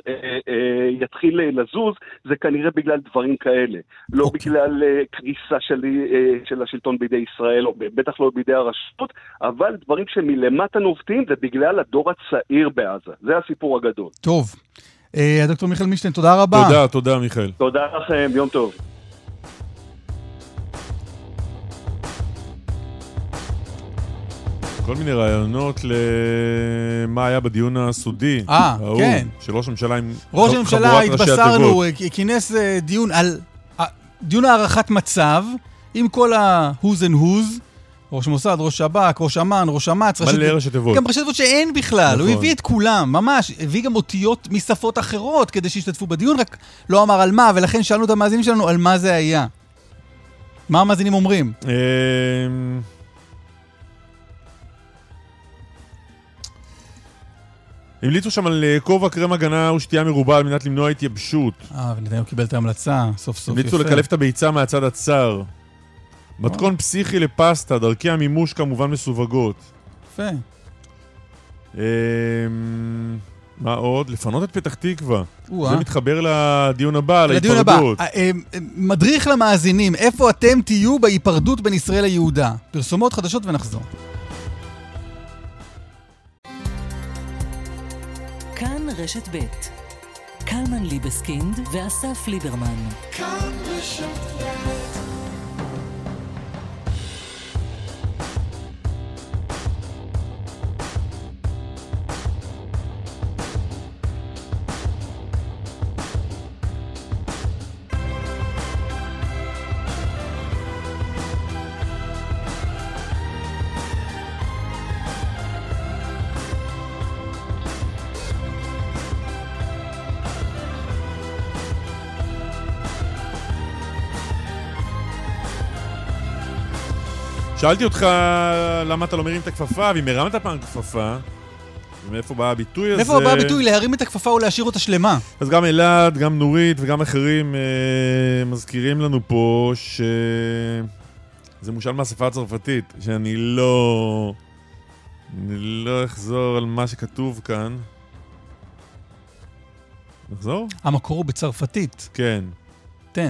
יתחיל לזוז, זה כנראה בגלל דברים כאלה. לא בגלל קריסה של השלטון בידי ישראל, או בטח לא בידי הרשות, אבל דברים שמלמטה נובטים, זה בגלל הדור הצעיר בעזה. זה הסיפור הגדול. טוב. הדוקטור מיכאל מישטיין, תודה רבה. תודה מיכאל. תודה לכם, יום טוב. כל מיני רעיונות למה היה בדיון הסודי. כן. של ראש הממשלה עם ראש הממשלה התבשרנו, כינס דיון על דיון הערכת מצב, עם כל ה-who's and who's, ראש מוסד, ראש שב"כ, ראש אמ"ן, ראש אמ"ץ, מלא ראשי תיבות. גם ראשי תיבות שאין בכלל, נכון. הוא הביא את כולם, ממש, הביא גם אותיות משפות אחרות כדי שישתתפו בדיון, רק לא אמר על מה, ולכן שאלנו את המאזינים שלנו על מה זה היה. מה המאזינים אומרים? המליצו שם על כובע קרם הגנה ושתייה מרובה על מנת למנוע התייבשות. ונתניהו קיבל את ההמלצה, סוף סוף יפה. המליצו לקלף את הביצה מהצד הצר. מתכון פסיכי לפסטה, דרכי המימוש כמובן מסווגות. יפה. מה עוד? לפנות את פתח תקווה. זה מתחבר לדיון הבא, לדיון להיפרדות. מדריך למאזינים, איפה אתם תהיו בהיפרדות בין ישראל ליהודה? פרסומות חדשות ונחזור. כאן רשת ב' קלמן ליבסקינד ואסף ליברמן. כאן רשת ב'. שאלתי אותך למה אתה לא מרים את הכפפה, ואם הרמת פעם כפפה, ומאיפה בא הביטוי הזה? מאיפה בא הביטוי להרים את הכפפה או להשאיר אותה שלמה? אז גם אלעד, גם נורית וגם אחרים מזכירים לנו פה שזה מושל מהשפה הצרפתית, שאני לא אחזור על מה שכתוב כאן. נחזור? המקור הוא בצרפתית. כן. תן.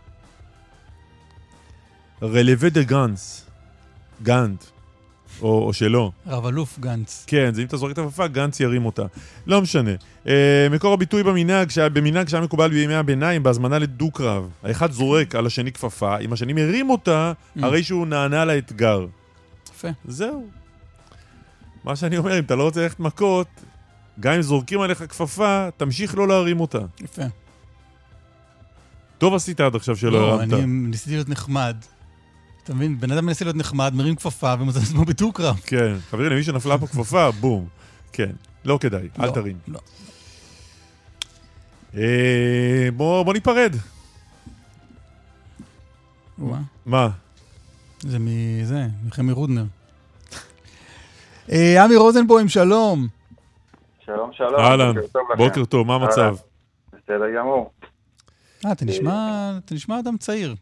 רלווה דה גנץ. גנט, או שלא. רב אלוף גנץ. כן, זה אם אתה זורק את הכפפה, גנץ ירים אותה. לא משנה. מקור הביטוי במנהג שהיה מקובל בימי הביניים, בהזמנה לדו-קרב. האחד זורק על השני כפפה, אם השני מרים אותה, הרי שהוא נענה לאתגר. יפה. זהו. מה שאני אומר, אם אתה לא רוצה ללכת מכות, גם אם זורקים עליך כפפה, תמשיך לא להרים אותה. יפה. טוב עשית עד עכשיו שלא הרמת. לא, אני ניסיתי להיות נחמד. אתה מבין? בן אדם מנסה להיות נחמד, מרים כפפה ומוצא עצמו בדו-קרב. כן, חברים, למי שנפלה פה כפפה, בום. כן, לא כדאי, אל תרים. לא. בוא ניפרד. מה? זה מחמי רודנר. עמי רוזנבוים, שלום. שלום, שלום. אהלן, בוקר טוב, מה המצב? בסדר גמור. אתה נשמע אדם צעיר.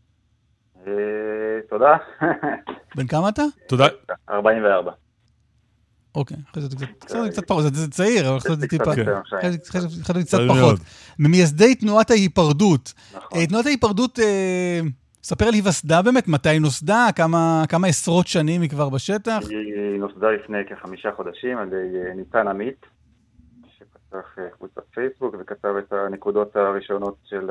תודה. בן כמה אתה? תודה. 44. אוקיי, קצת פחות, זה צעיר, אבל חשבתי טיפה, חשבתי קצת פחות. ממייסדי תנועת ההיפרדות. תנועת ההיפרדות, ספר על היווסדה באמת, מתי נוסדה, כמה עשרות שנים היא כבר בשטח? היא נוסדה לפני כ5 חודשים על ידי ניצן עמית, שפתח קבוצת פייסבוק וכתב את הנקודות הראשונות של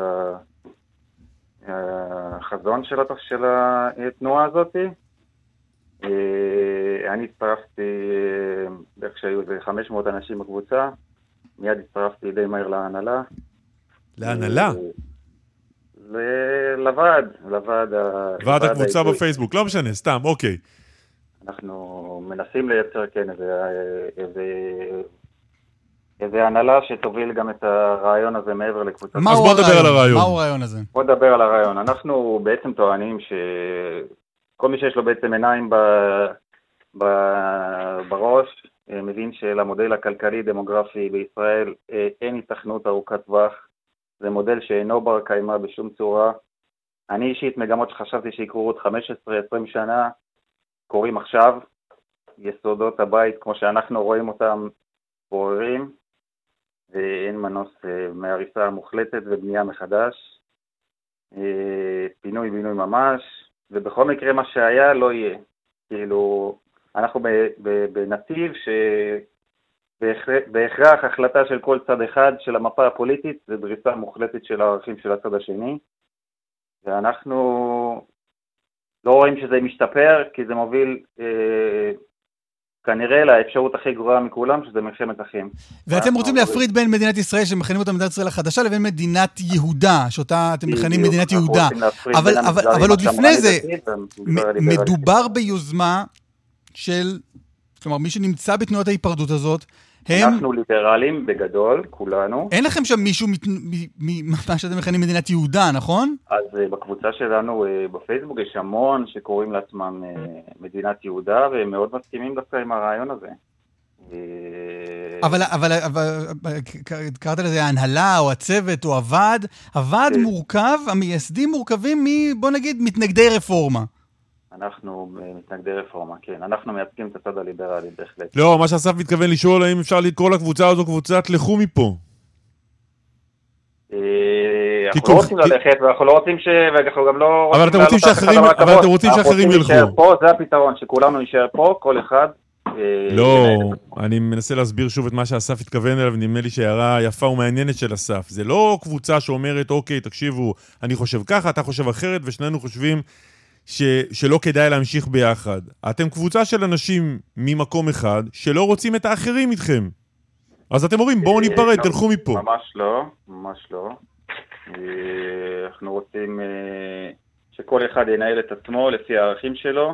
החזון של התנועה הזאת. אני הצטרפתי, בערך שהיו איזה 500 אנשים בקבוצה, מיד הצטרפתי די מהר להנהלה. להנהלה? ועד הקבוצה בפייסבוק, לא משנה, סתם, אוקיי. אנחנו מנסים לייצר, כן, איזה הנהלה שתוביל גם את הרעיון הזה מעבר לקבוצה. אז בוא נדבר על הרעיון. מהו הרעיון הזה? בוא נדבר על הרעיון. אנחנו בעצם טוענים שכל מי שיש לו בעצם עיניים בראש, מבין שלמודל הכלכלי-דמוגרפי בישראל אין התכנות ארוכת טווח. זה מודל שאינו בר קיימא בשום צורה. אני אישית מגמות שחשבתי שיקרו עוד 15-20 שנה, קוראים עכשיו. יסודות הבית, כמו שאנחנו רואים אותם, פוררים, ואין מנוס מהריסה מוחלטת ובנייה מחדש. פינוי-בינוי ממש, ובכל מקרה מה שהיה לא יהיה. כאילו, אנחנו בנתיב בהכרח החלטה של כל צד אחד של המפה הפוליטית, זה דריסה מוחלטת של הערכים של הצד השני, ואנחנו לא רואים שזה משתפר, כי זה מוביל כנראה לאפשרות הכי גרועה מכולם, שזה מלחמת אחים. ואתם רוצים להפריד בין מדינת ישראל, שמכנים אותה מדינת ישראל החדשה, לבין מדינת יהודה, שאותה אתם מכנים מדינת יהודה. אבל עוד לפני זה, מדובר ביוזמה של, כלומר, מי שנמצא בתנועת ההיפרדות הזאת, אנחנו ליברלים בגדול, כולנו. אין לכם שם מישהו מה שאתם מכנים מדינת יהודה, נכון? אז בקבוצה שלנו בפייסבוק יש המון שקוראים לעצמם מדינת יהודה, והם מאוד מסכימים דווקא עם הרעיון הזה. אבל קראת לזה ההנהלה או הצוות או הוועד. הוועד מורכב, המייסדים מורכבים בוא נגיד, מתנגדי רפורמה. אנחנו מתנגדי רפורמה, כן. אנחנו מייצגים את הצד הליברלי, בהחלט. לא, מה שאסף מתכוון לשאול, האם אפשר לקרוא לקבוצה הזו קבוצת לכו מפה? אנחנו לא רוצים ללכת, ואנחנו לא רוצים ואנחנו גם לא... אבל אתם רוצים שאחרים ילכו. פה, זה הפתרון, שכולנו נשאר פה, כל אחד... לא, אני מנסה להסביר שוב את מה שאסף התכוון אליו, ונדמה לי שהערה יפה ומעניינת של אסף. זה לא קבוצה שאומרת, אוקיי, תקשיבו, אני חושב ככה, אתה חושב אחרת, ושנינו חושבים שלא כדאי להמשיך ביחד. אתם קבוצה של אנשים ממקום אחד שלא רוצים את האחרים איתכם. אז אתם אומרים, בואו ניפרד, תלכו מפה. ממש לא, ממש לא. אנחנו רוצים שכל אחד ינהל את עצמו לפי הערכים שלו,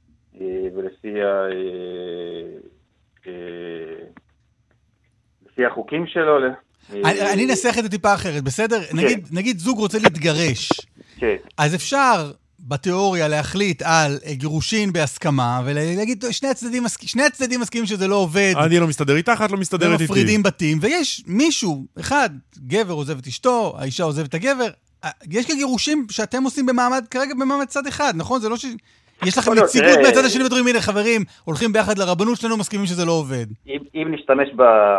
ולפי החוקים שלו. אני אנסח את זה טיפה אחרת, בסדר? נגיד זוג רוצה להתגרש. אז אפשר בתיאוריה להחליט על גירושין בהסכמה, ולהגיד שני הצדדים מסכימים שזה לא עובד. אני לא מסתדר איתך, את לא מסתדרת איתי. ומפרידים בתים, ויש מישהו, אחד, גבר עוזב את אשתו, האישה עוזבת את הגבר. יש גירושים שאתם עושים כרגע במעמד צד אחד, נכון? זה לא יש לכם נציגות מהצד השני ודברים, הנה חברים, הולכים ביחד לרבנות שלנו, מסכימים שזה לא עובד. אם נשתמש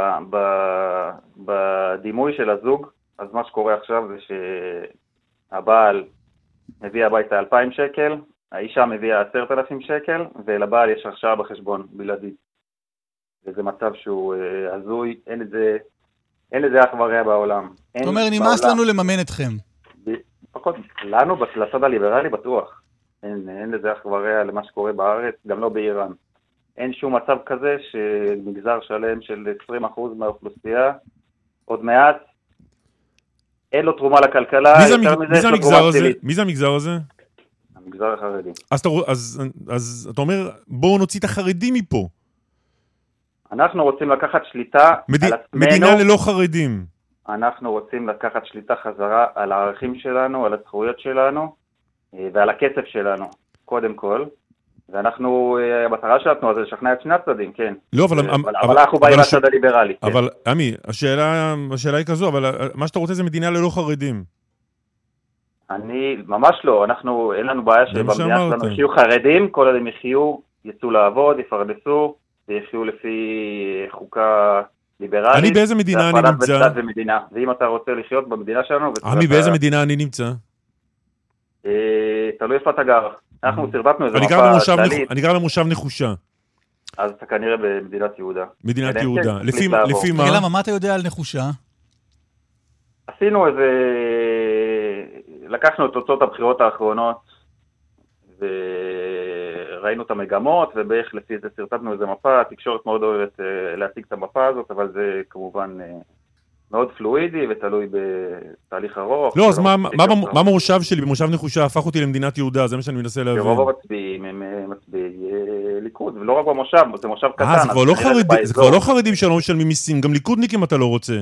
בדימוי של הזוג, אז מה שקורה עכשיו זה שהבעל מביא הביתה 2,000 שקל, האישה מביאה 10,000 שקל, ולבעל יש הרשאה בחשבון בלעדית. וזה מצב שהוא הזוי, אין לזה אח ורע בעולם. זאת אומרת, נמאס לנו לממן אתכם. פחות, לנו, לצד הליברלי בטוח. אין לזה אח ורע למה שקורה בארץ, גם לא באיראן. אין שום מצב כזה שמגזר שלם של 20% מהאוכלוסייה, עוד מעט, אין לו תרומה לכלכלה. מי זה המגזר הזה? המגזר החרדי. אז אתה אומר, בואו נוציא את החרדים מפה. אנחנו רוצים לקחת שליטה על עצמנו. מדינה ללא חרדים. אנחנו רוצים לקחת שליטה חזרה על הערכים שלנו, על הזכויות שלנו, ועל הכסף שלנו, קודם כל. ואנחנו, המטרה שלנו זה לשכנע את שני הצדדים, כן. לא, אבל אנחנו באים לצד הליברלי. אבל, עמי, השאלה היא כזו, אבל מה שאתה רוצה זה מדינה ללא חרדים. אני, ממש לא, אין לנו בעיה שבמדינה שלנו יחיו חרדים, כל עוד הם יצאו לעבוד, יפרדסו, ויחיו לפי חוקה ליברלית. אני באיזה מדינה אני נמצא? ואם אתה רוצה לחיות במדינה שלנו... עמי, באיזה מדינה אני נמצא? תלוי איפה אתה גר. אנחנו סרטטנו איזה מפה כללית. אני גר למושב נחושה. אז אתה כנראה במדינת יהודה. מדינת יהודה. לפי מה? למה, מה אתה יודע על נחושה? עשינו לקחנו את תוצאות הבחירות האחרונות, וראינו את המגמות, ובערך לפי זה סרטטנו איזה מפה. התקשורת מאוד אוהבת להציג את המפה הזאת, אבל זה כמובן... מאוד פלואידי ותלוי בתהליך ארוך. לא, אז מה במושב שלי, במושב נחושה, הפך אותי למדינת יהודה, זה מה שאני מנסה להבין. שרוב המצביעים הם מצביעי ליכוד, ולא רק במושב, זה מושב קטן. זה כבר לא חרדים שלא משלמים מיסים, גם ליכודניקים אתה לא רוצה.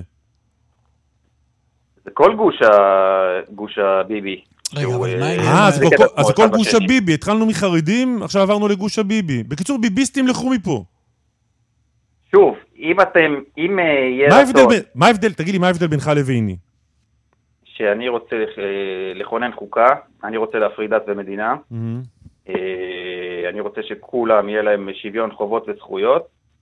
זה כל גוש הביבי. אז זה כל גוש הביבי, התחלנו מחרדים, עכשיו עברנו לגוש הביבי. בקיצור, ביביסטים לכו מפה. שוב, אם יהיה רצון... מה ההבדל, תגיד לי, מה ההבדל בינך לביני? שאני רוצה לכונן חוקה, אני רוצה להפריד דת ומדינה, אני רוצה שכולם יהיה להם שוויון חובות וזכויות,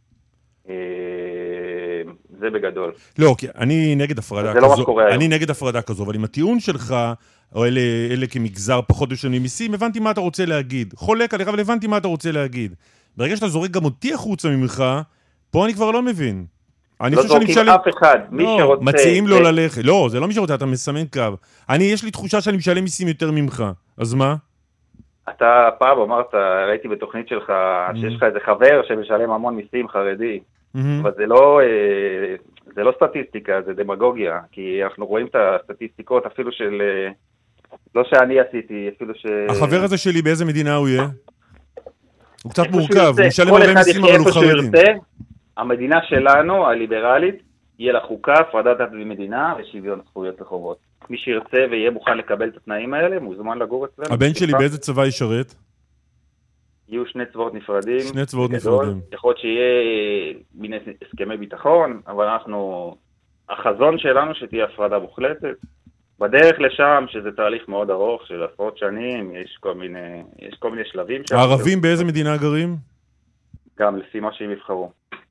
זה בגדול. לא, כי אני נגד הפרדה כזו, אני נגד הפרדה כזו, אבל עם הטיעון שלך, או אלה כמגזר פחות משלמים מיסים, הבנתי מה אתה רוצה להגיד. חולק עליך, אבל הבנתי מה אתה רוצה להגיד. ברגע שאתה זורק גם אותי החוצה ממך, פה אני כבר לא מבין. לא זורקים אף אחד, מי שרוצה... מציעים לו ללכת. לא, זה לא מי שרוצה, אתה מסמן קו. יש לי תחושה שאני משלם מיסים יותר ממך. אז מה? אתה פעם אמרת, ראיתי בתוכנית שלך, שיש לך איזה חבר שמשלם המון מיסים חרדי, אבל זה לא סטטיסטיקה, זה דמגוגיה, כי אנחנו רואים את הסטטיסטיקות אפילו של, לא שאני עשיתי, אפילו החבר הזה שלי באיזה מדינה הוא יהיה? הוא קצת מורכב, הוא משלם הרבה מיסים אבל הוא חרדים. המדינה שלנו, הליברלית, יהיה לה חוקה, הפרדת דת ומדינה ושוויון זכויות וחובות. מי שירצה ויהיה מוכן לקבל את התנאים האלה, מוזמן לגור אצלנו. הבן שלי באיזה צבא ישרת? יהיו שני צבאות נפרדים. שני צבאות נפרדים. יכול להיות שיהיה מיני הסכמי ביטחון, אבל החזון שלנו שתהיה הפרדה מוחלטת. בדרך לשם, שזה תהליך מאוד ארוך של עשרות שנים, יש כל מיני שלבים. הערבים באיזה מדינה גרים? גם לפי מה שהם יבחרו.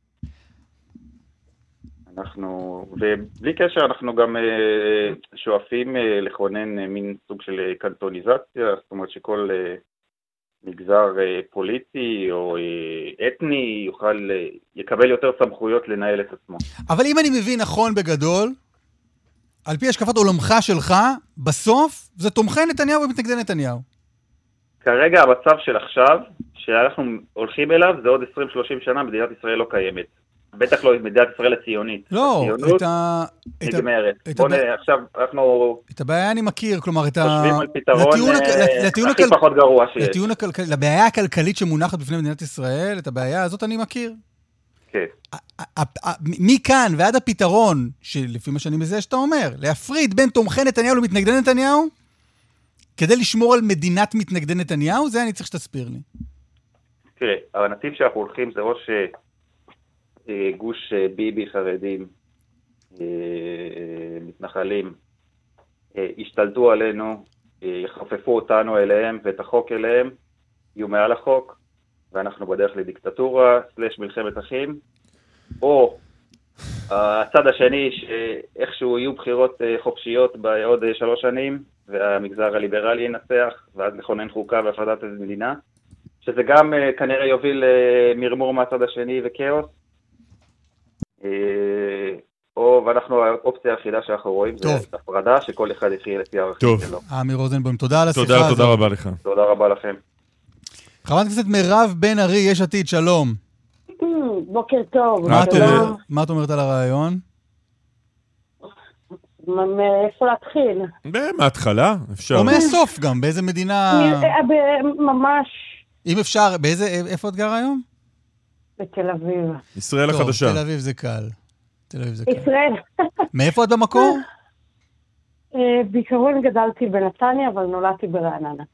ובלי קשר אנחנו גם שואפים לכונן מין סוג של קנטוניזציה, זאת אומרת שכל מגזר פוליטי או אתני יקבל יותר סמכויות לנהל את עצמו. אבל אם אני מבין נכון בגדול, על פי השקפת עולמך שלך, בסוף זה תומכי נתניהו ומתנגדי נתניהו. כרגע המצב של עכשיו, שאנחנו הולכים אליו, זה עוד 20-30 שנה, מדינת ישראל לא קיימת. בטח לא מדינת ישראל הציונית. לא, הציונות נגמרת. בוא עכשיו אנחנו... את הבעיה אני מכיר, כלומר, חושבים על פתרון הכי פחות גרוע שיש. לבעיה הכלכלית שמונחת בפני מדינת ישראל, את הבעיה הזאת אני מכיר. כן. מכאן ועד הפתרון, שלפי מה שאני מזהה שאתה אומר, להפריד בין תומכי נתניהו למתנגדי נתניהו, כדי לשמור על מדינת מתנגדי נתניהו, זה אני צריך שתסביר לי. תראה, הנתיב שאנחנו הולכים זה ראש גוש ביבי חרדים, מתנחלים, השתלטו עלינו, יחפפו אותנו אליהם ואת החוק אליהם, יהיו מעל החוק, ואנחנו בדרך לדיקטטורה, סלש מלחמת אחים, או הצד השני שאיכשהו יהיו בחירות חופשיות בעוד 3 שנים, והמגזר הליברלי ינצח, ואז נכונן חוקה והפרדת מדינה, שזה גם כנראה יוביל מרמור מהצד השני וכאוס, ואנחנו האופציה היחידה שאנחנו רואים זה הפרדה שכל אחד יחיה לפי הערכים שלו. אמיר רוזנבוים, תודה על השיחה הזאת. תודה רבה לך. תודה רבה לכם. חברת הכנסת מירב בן ארי, יש עתיד, שלום. בוקר טוב. מה את אומרת על הרעיון? מאיפה להתחיל? מההתחלה, אפשר. או מהסוף גם, באיזה מדינה... ממש... אם אפשר, איפה את גר היום? בתל אביב. ישראל החדשה. תל אביב זה קל. ישראל. מאיפה את במקור? בעיקרון גדלתי בנתניה, אבל נולדתי ברעננה.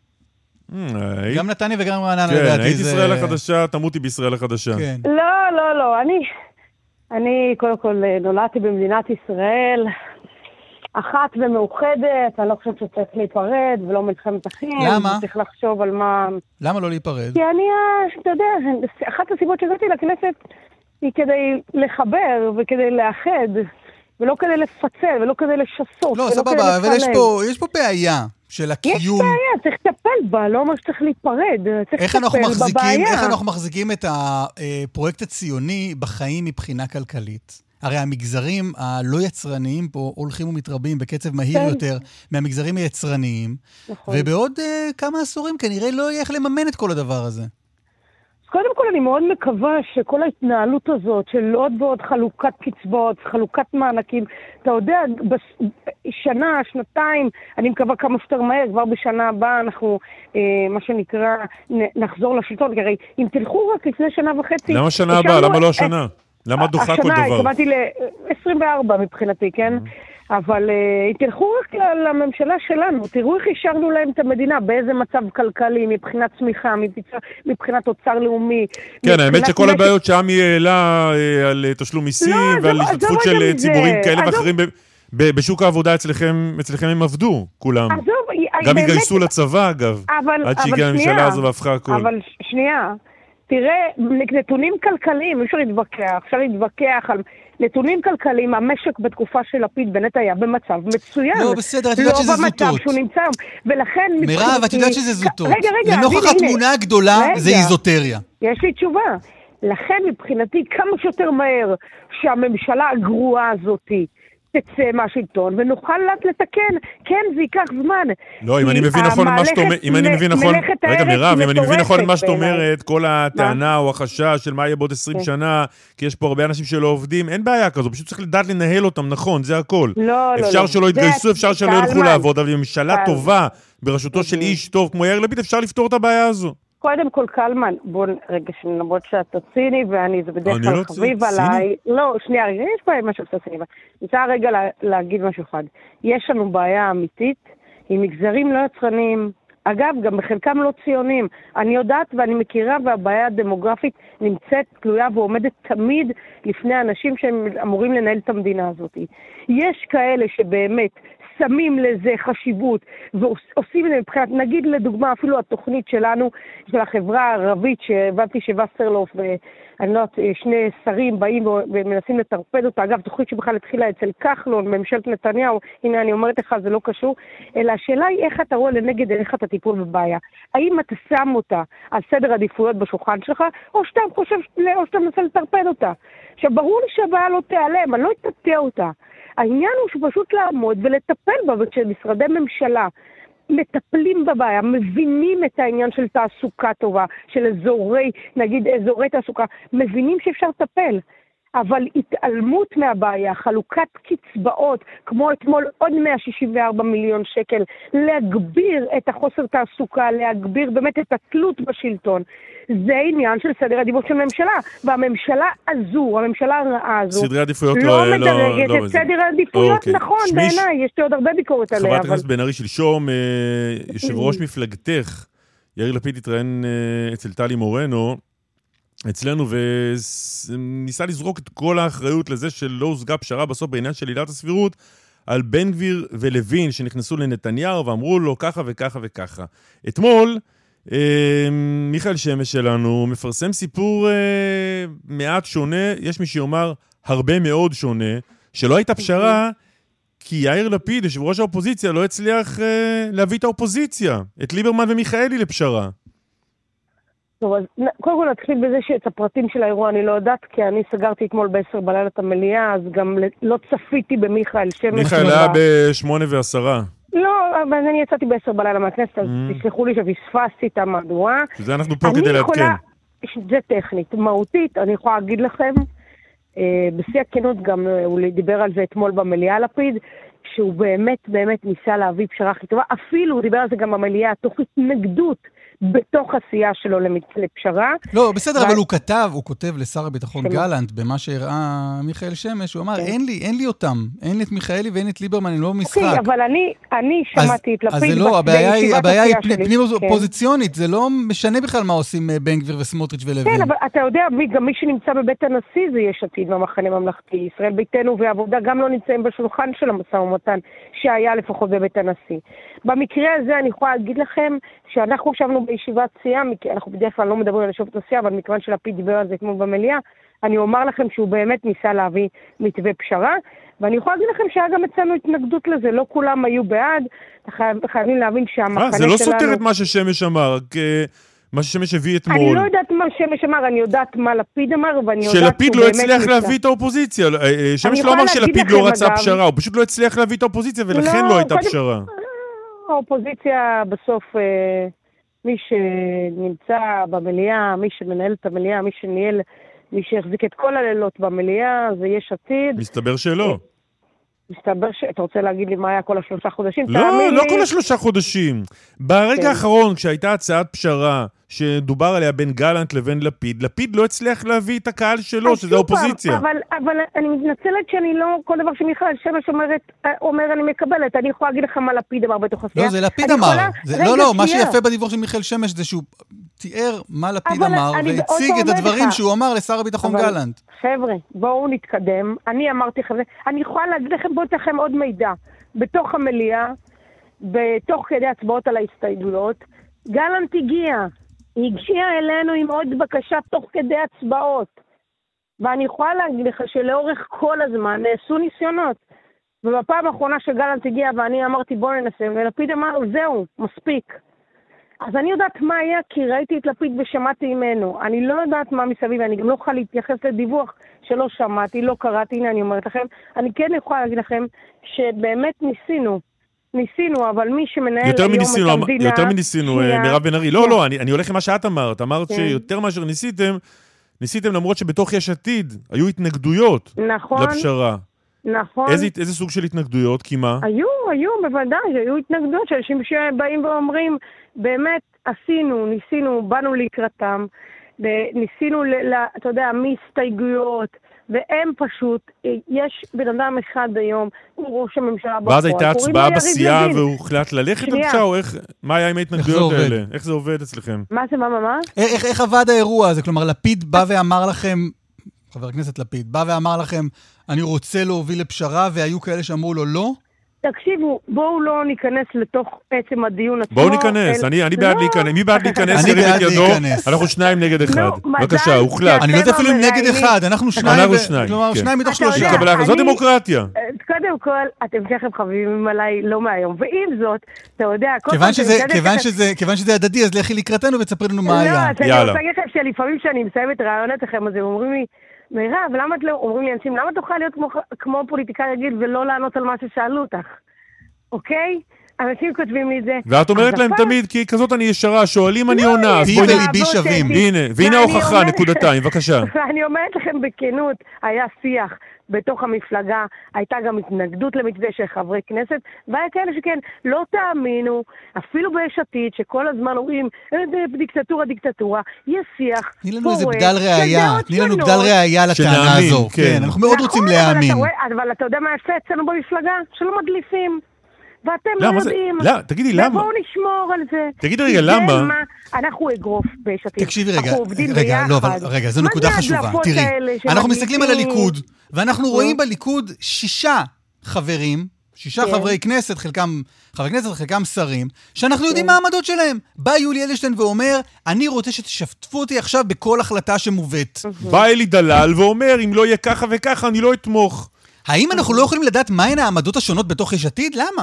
גם נתניה וגם רעננה. כן, היית ישראל החדשה, תמותי בישראל החדשה. לא. אני קודם כל נולדתי במדינת ישראל, אחת ומאוחדת, אני לא חושבת שצריך להיפרד, ולא מלחמת אחים. למה? צריך לחשוב על מה... למה לא להיפרד? כי אני, אתה יודע, אחת הסיבות שהגעתי לכנסת היא כדי לחבר וכדי לאחד, ולא כדי לפצל, ולא כדי לשסות. לא, סבבה, אבל יש פה בעיה של הקיום. יש בעיה, צריך לטפל בה, לא אומר שצריך להיפרד, צריך לטפל בבעיה. איך אנחנו מחזיקים את הפרויקט הציוני בחיים מבחינה כלכלית? הרי המגזרים הלא יצרניים פה הולכים ומתרבים בקצב מהיר יותר מהמגזרים היצרניים, ובעוד כמה עשורים כנראה לא יהיה איך לממן את כל הדבר הזה. אז קודם כל אני מאוד מקווה שכל ההתנהלות הזאת של עוד ועוד חלוקת קצבאות, חלוקת מענקים, אתה יודע, שנה, שנתיים, אני מקווה כמה שיותר מהר, כבר בשנה הבאה אנחנו, מה שנקרא, נחזור לשלטון, כי הרי אם תלכו רק לפני שנה וחצי... למה שנה הבאה? למה לא השנה? למה דוחה כל דבר? השנה, התכוונתי ל-24 מבחינתי, כן? אבל תלכו רק לממשלה שלנו, תראו איך השארנו להם את המדינה, באיזה מצב כלכלי, מבחינת צמיחה, מבחינת אוצר לאומי. כן, האמת שכל הבעיות שעמי העלה על תשלום מיסים ועל השתתפות של ציבורים כאלה ואחרים בשוק העבודה אצלכם הם עבדו, כולם. גם יגייסו לצבא, אגב, עד שהגיעה הממשלה הזו והפכה הכל. אבל שנייה, תראה, נתונים כלכליים, אפשר להתווכח על... נתונים כלכליים, המשק בתקופה של לפיד בנט היה במצב מצוין. לא, בסדר, את יודעת שזה זוטות. לא במצב שהוא נמצא, ולכן... מירב, את יודעת שזה זוטות. רגע. לנוכח התמונה הגדולה, זה איזוטריה. יש לי תשובה. לכן מבחינתי, כמה שיותר מהר שהממשלה הגרועה הזאת תצא מהשלטון, ונוכל לתקן. כן, זה ייקח זמן. לא, אם אני מבין נכון מה שאת אומרת, רגע מירב, אם אני מבין נכון מה שאת אומרת, כל הטענה או החשש של מה יהיה בעוד 20 שנה, כי יש פה הרבה אנשים שלא עובדים, אין בעיה כזו, פשוט צריך לדעת לנהל אותם, נכון, זה הכל. אפשר שלא יתגייסו, אפשר שלא ילכו לעבוד, אבל ממשלה טובה, בראשותו של איש טוב כמו יאיר לפיד, אפשר לפתור את הבעיה הזו. קודם כל, קלמן, בוא רגע, למרות שאתה ציני, ואני, זה בדרך כלל חביב עליי. לא, שנייה, רגע, יש פה משהו שאתה ציני. אני רוצה רגע להגיד משהו אחד. יש לנו בעיה אמיתית עם מגזרים לא יצרניים, אגב, גם בחלקם לא ציונים. אני יודעת ואני מכירה, והבעיה הדמוגרפית נמצאת, תלויה ועומדת תמיד לפני אנשים שהם אמורים לנהל את המדינה הזאת. יש כאלה שבאמת שמים לזה חשיבות, ועושים את זה מבחינת, נגיד לדוגמה, אפילו התוכנית שלנו, של החברה הערבית, שהבנתי שווסרלוף ואני לא יודעת, שני שרים באים ומנסים לטרפד אותה, אגב, תוכנית שבכלל התחילה אצל כחלון, ממשלת נתניהו, הנה אני אומרת לך, זה לא קשור, אלא השאלה היא איך אתה רואה לנגד עליך את הטיפול בבעיה. האם אתה שם אותה על סדר עדיפויות בשולחן שלך, או שאתה חושב, או שאתה מנסה לטרפד אותה. עכשיו, ברור לי שהבעיה לא תיעלם, אני לא אתתא אותה. העניין הוא שפשוט לעמוד ולטפל בה, וכשמשרדי ממשלה מטפלים בבעיה, מבינים את העניין של תעסוקה טובה, של נגיד אזורי תעסוקה, מבינים שאפשר לטפל. אבל התעלמות מהבעיה, חלוקת קצבאות, כמו אתמול עוד 164 מיליון שקל, להגביר את החוסר תעסוקה, להגביר באמת את התלות בשלטון. זה עניין של סדר עדיפויות של ממשלה, והממשלה הזו, הממשלה הרעה הזו, לא מדרגת את סדר העדיפויות, נכון, בעיניי, יש לי עוד הרבה ביקורת עליה. חברת הכנסת בן ארי, שלשום, יושב ראש מפלגתך, יאיר לפיד התראיין אצל טלי מורנו, אצלנו, וניסה לזרוק את כל האחריות לזה שלא הושגה פשרה בסוף בעניין של עילת הסבירות, על בן גביר ולוין שנכנסו לנתניהו ואמרו לו ככה וככה וככה. אתמול, מיכאל שמש שלנו מפרסם סיפור מעט שונה, יש מי שיאמר הרבה מאוד שונה, שלא הייתה פשרה, כי יאיר לפיד, יושב ראש האופוזיציה, לא הצליח להביא את האופוזיציה, את ליברמן ומיכאלי לפשרה. טוב, אז קודם כל נתחיל בזה שאת הפרטים של האירוע אני לא יודעת, כי אני סגרתי אתמול ב-10 בלילה את המליאה, אז גם לא צפיתי במיכאל שמש. מיכאל היה ב-8:10. לא, אבל אני יצאתי ב-10 בלילה מהכנסת, אז תשלחו לי שפספסתי את המהדורה. שזה אנחנו פה כדי לעדכן. זה טכנית, מהותית, אני יכולה להגיד לכם, בשיא הכנות גם הוא דיבר על זה אתמול במליאה לפיד, שהוא באמת ניסה להביא פשרה הכי טובה, אפילו הוא דיבר על זה גם במליאה, תוך התנגדות בתוך עשייה שלו לפשרה. לא, בסדר, אבל הוא כותב לשר הביטחון גלנט, במה שהראה מיכאל שמש, הוא אמר, אין לי אותם, אין לי את מיכאלי ואין את ליברמן, אני לא במשחק. אוקיי, אבל אני שמעתי את לפיד בישיבת הסיעה שלי. הבעיה היא פנים אופוזיציונית, זה לא משנה בכלל מה עושים בן גביר וסמוטריץ' ולוין. כן, אבל אתה יודע, גם מי שנמצא בבית הנשיא זה יש עתיד במחנה ממלכתי. ישראל ביתנו ועבודה גם לא נמצאים בשולחן של המשא ומתן, שהיה לפחות בבית הנשיא. במקרה הזה אני יכולה להגיד לכם שאנחנו ישבנו בישיבת סיעה, אנחנו בדרך כלל לא מדברים על ישיבת הסיעה, אבל מכיוון שלפיד דיבר על זה כמו במליאה, אני אומר לכם שהוא באמת ניסה להביא מתווה פשרה, ואני יכולה להגיד לכם שהיה גם אצלנו התנגדות לזה, לא כולם היו בעד, חייבים להבין שהמחנה שלנו... זה לא סותר את מה ששמש אמר, מה ששמש הביא אתמול. אני לא יודעת מה שמש אמר, אני יודעת מה לפיד אמר, ואני יודעת שלפיד לא הצליח להביא את האופוזיציה. שמש לא אמר שלפיד לא רצה פשרה, הוא פשוט לא הצליח להביא את האופוזיציה, ולכן לא הייתה פשרה. האופוזיציה בסוף, מי שנמצא במליאה, מי שמנהל את המליאה, מי שהחזיק את כל הלילות במליאה, זה יש עתיד. מסתבר שלא. אתה רוצה להגיד לי מה היה כל 3 חודשים? לא כל 3 חודשים. ברגע האחרון, כשהייתה הצעת פשרה, שדובר עליה בין גלנט לבין לפיד, לפיד לא הצליח להביא את הקהל שלו, שזה האופוזיציה. אבל אני מתנצלת שאני לא, כל דבר שמיכאל שמש אומר אני מקבלת, אני יכולה להגיד לך מה לפיד אמר בתוך הסיעה. לא, זה לפיד אמר. לא, מה שיפה בדיווח של מיכאל שמש זה שהוא תיאר מה לפיד אמר, והציג את הדברים שהוא אמר לשר הביטחון גלנט. חבר'ה, בואו נתקדם. אני אמרתי חבר'ה, אני יכולה להגיד לכם, בואו תכם עוד מידע. בתוך המליאה, בתוך כדי הצבעות על ההסתייגויות, גלנט הגיע אלינו עם עוד בקשה תוך כדי הצבעות. ואני יכולה להגיד לך שלאורך כל הזמן נעשו ניסיונות. ובפעם האחרונה שגלנט הגיע ואני אמרתי בוא ננסה, ולפיד אמר זהו, מספיק. אז אני יודעת מה היה, כי ראיתי את לפיד ושמעתי ממנו. אני לא יודעת מה מסביב, אני גם לא יכולה להתייחס לדיווח שלא שמעתי, לא קראתי, הנה אני אומרת לכם. אני כן יכולה להגיד לכם שבאמת ניסינו, אבל מי שמנהל היום את המדינה... יותר מניסינו, מירב בן ארי. לא, אני הולך למה שאת אמרת. אמרת שיותר מאשר ניסיתם למרות שבתוך יש עתיד היו התנגדויות לפשרה. נכון. איזה סוג של התנגדויות? כי מה? היו, בוודאי, היו התנגדויות של אנשים שבאים ואומרים, באמת ניסינו, באנו לקראתם, ניסינו, אתה יודע, מהסתייגויות, והם פשוט, יש בן אדם אחד היום, הוא ראש הממשלה בפועל. ואז הייתה הצבעה בסיעה והוא החלט ללכת לפשרה, או מה היה עם ההתנגדויות האלה? איך זה עובד אצלכם? מה? איך עבד האירוע הזה? כלומר, לפיד בא ואמר לכם, חבר הכנסת לפיד, בא ואמר לכם, אני רוצה להוביל לפשרה, והיו כאלה שאמרו לו לא? תקשיבו, בואו לא ניכנס לתוך עצם הדיון עצמו. בואו ניכנס, אני בעד להיכנס. מי בעד להיכנס? אני בעד להיכנס. אנחנו 2 נגד 1. בבקשה, הוחלט. אני לא יודע אפילו אם נגד 1, אנחנו 2. כלומר, 2 מתוך 3. זו דמוקרטיה. קודם כל, אתם שכם חביבים עליי לא מהיום. ועם זאת, אתה יודע... כיוון שזה הדדי, אז לכי לקראתנו ותספר לנו מה היה. לא, אז אני רוצה להגיד לכם שלפעמים שאני מסיימת רעיונות לכם, אז הם אומרים לי, מירב, למה את לא, אומרים לי אנשים, למה תוכל להיות כמו פוליטיקאי רגיל ולא לענות על מה ששאלו אותך? אוקיי? אנשים כותבים לי את זה. ואת אומרת להם תמיד, כי כזאת אני ישרה, שואלים אני עונה. פי וליבי שווים. והנה ההוכחה, נקודתיים, בבקשה. ואני אומרת לכם בכנות, היה שיח בתוך המפלגה, הייתה גם התנגדות למתווה של חברי כנסת, והיה כאלה שכן, לא תאמינו, אפילו ביש עתיד, שכל הזמן אומרים, דיקטטורה, יש שיח. תני לנו איזה בדל ראייה לטענה הזו. כן, אנחנו מאוד רוצים להאמין. אבל אתה יודע מה יפה אצלנו במפלגה? שלא מדליפים. ואתם לא יודעים. לא, תגידי למה. ובואו נשמור על זה. תגידי רגע, למה? אנחנו אגרוף ביש עתיד. תקשיבי רגע, זו נקודה חשובה. תראי, אנחנו מסתכלים על הליכוד, ואנחנו רואים בליכוד 6 חברים, 6 חברי כנסת, חלקם שרים, שאנחנו יודעים מה העמדות שלהם. בא יולי אדלשטיין ואומר, אני רוצה שתשתפו אותי עכשיו בכל החלטה שמובאת. בא אלי דלל ואומר, אם לא יהיה ככה וככה, אני לא אתמוך. האם אנחנו לא יכולים לדעת מהן העמדות השונות בתוך יש עתיד? למה?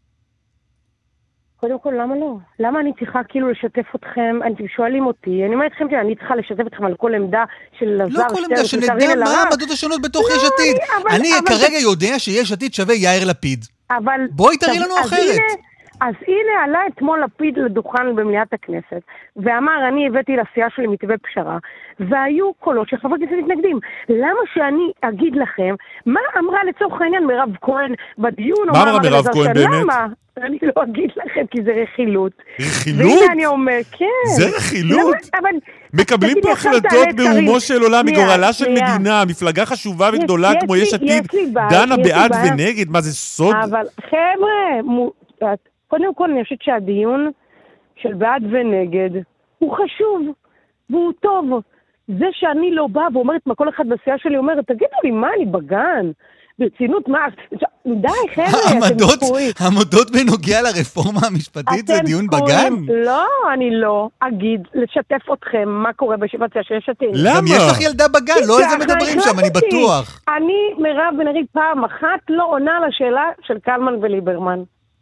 קודם כל, למה לא? למה אני צריכה כאילו לשתף אתכם? אתם שואלים אותי, אני אומרת לכם שאני צריכה לשתף אתכם על כל עמדה של לזר. לא כל עמדה, שנדע מה העמדות השונות בתוך יש עתיד. אני כרגע יודע שיש עתיד שווה יאיר לפיד. בואי תראי לנו אחרת. אז הנה עלה אתמול לפיד לדוכן במליאת הכנסת, ואמר, אני הבאתי לסיעה שלי מתווה פשרה, והיו קולות של חברי כנסת מתנגדים. למה שאני אגיד לכם, מה אמרה לצורך העניין מירב כהן בדיון? מה אמרה מירב כהן באמת? למה? אני לא אגיד לכם, כי זה רכילות. רכילות? והנה אני אומר, כן. זה רכילות? מקבלים פה החלטות ברומו של עולם, מגורלה של מדינה, מפלגה חשובה וגדולה כמו יש עתיד, דנה בעד ונגד, מה זה סוד? אבל חבר'ה, קודם כל אני חושבת שהדיון של בעד ונגד הוא חשוב, והוא טוב. זה שאני לא באה ואומרת מה כל אחד בסיעה שלי אומרת, תגידו לי, מה אני בגן? ברצינות, מה? די, חבר'ה, אתם ספורים. העמדות בנוגע לרפורמה המשפטית זה דיון בגן? לא, אני לא אגיד לשתף אתכם מה קורה בישיבת סיעה שיש עתיד. למה? יש לך ילדה בגן, לא על זה מדברים שם, אני בטוח. אני, מירב בן ארי, פעם אחת לא עונה לשאלה של קלמן וליברמן.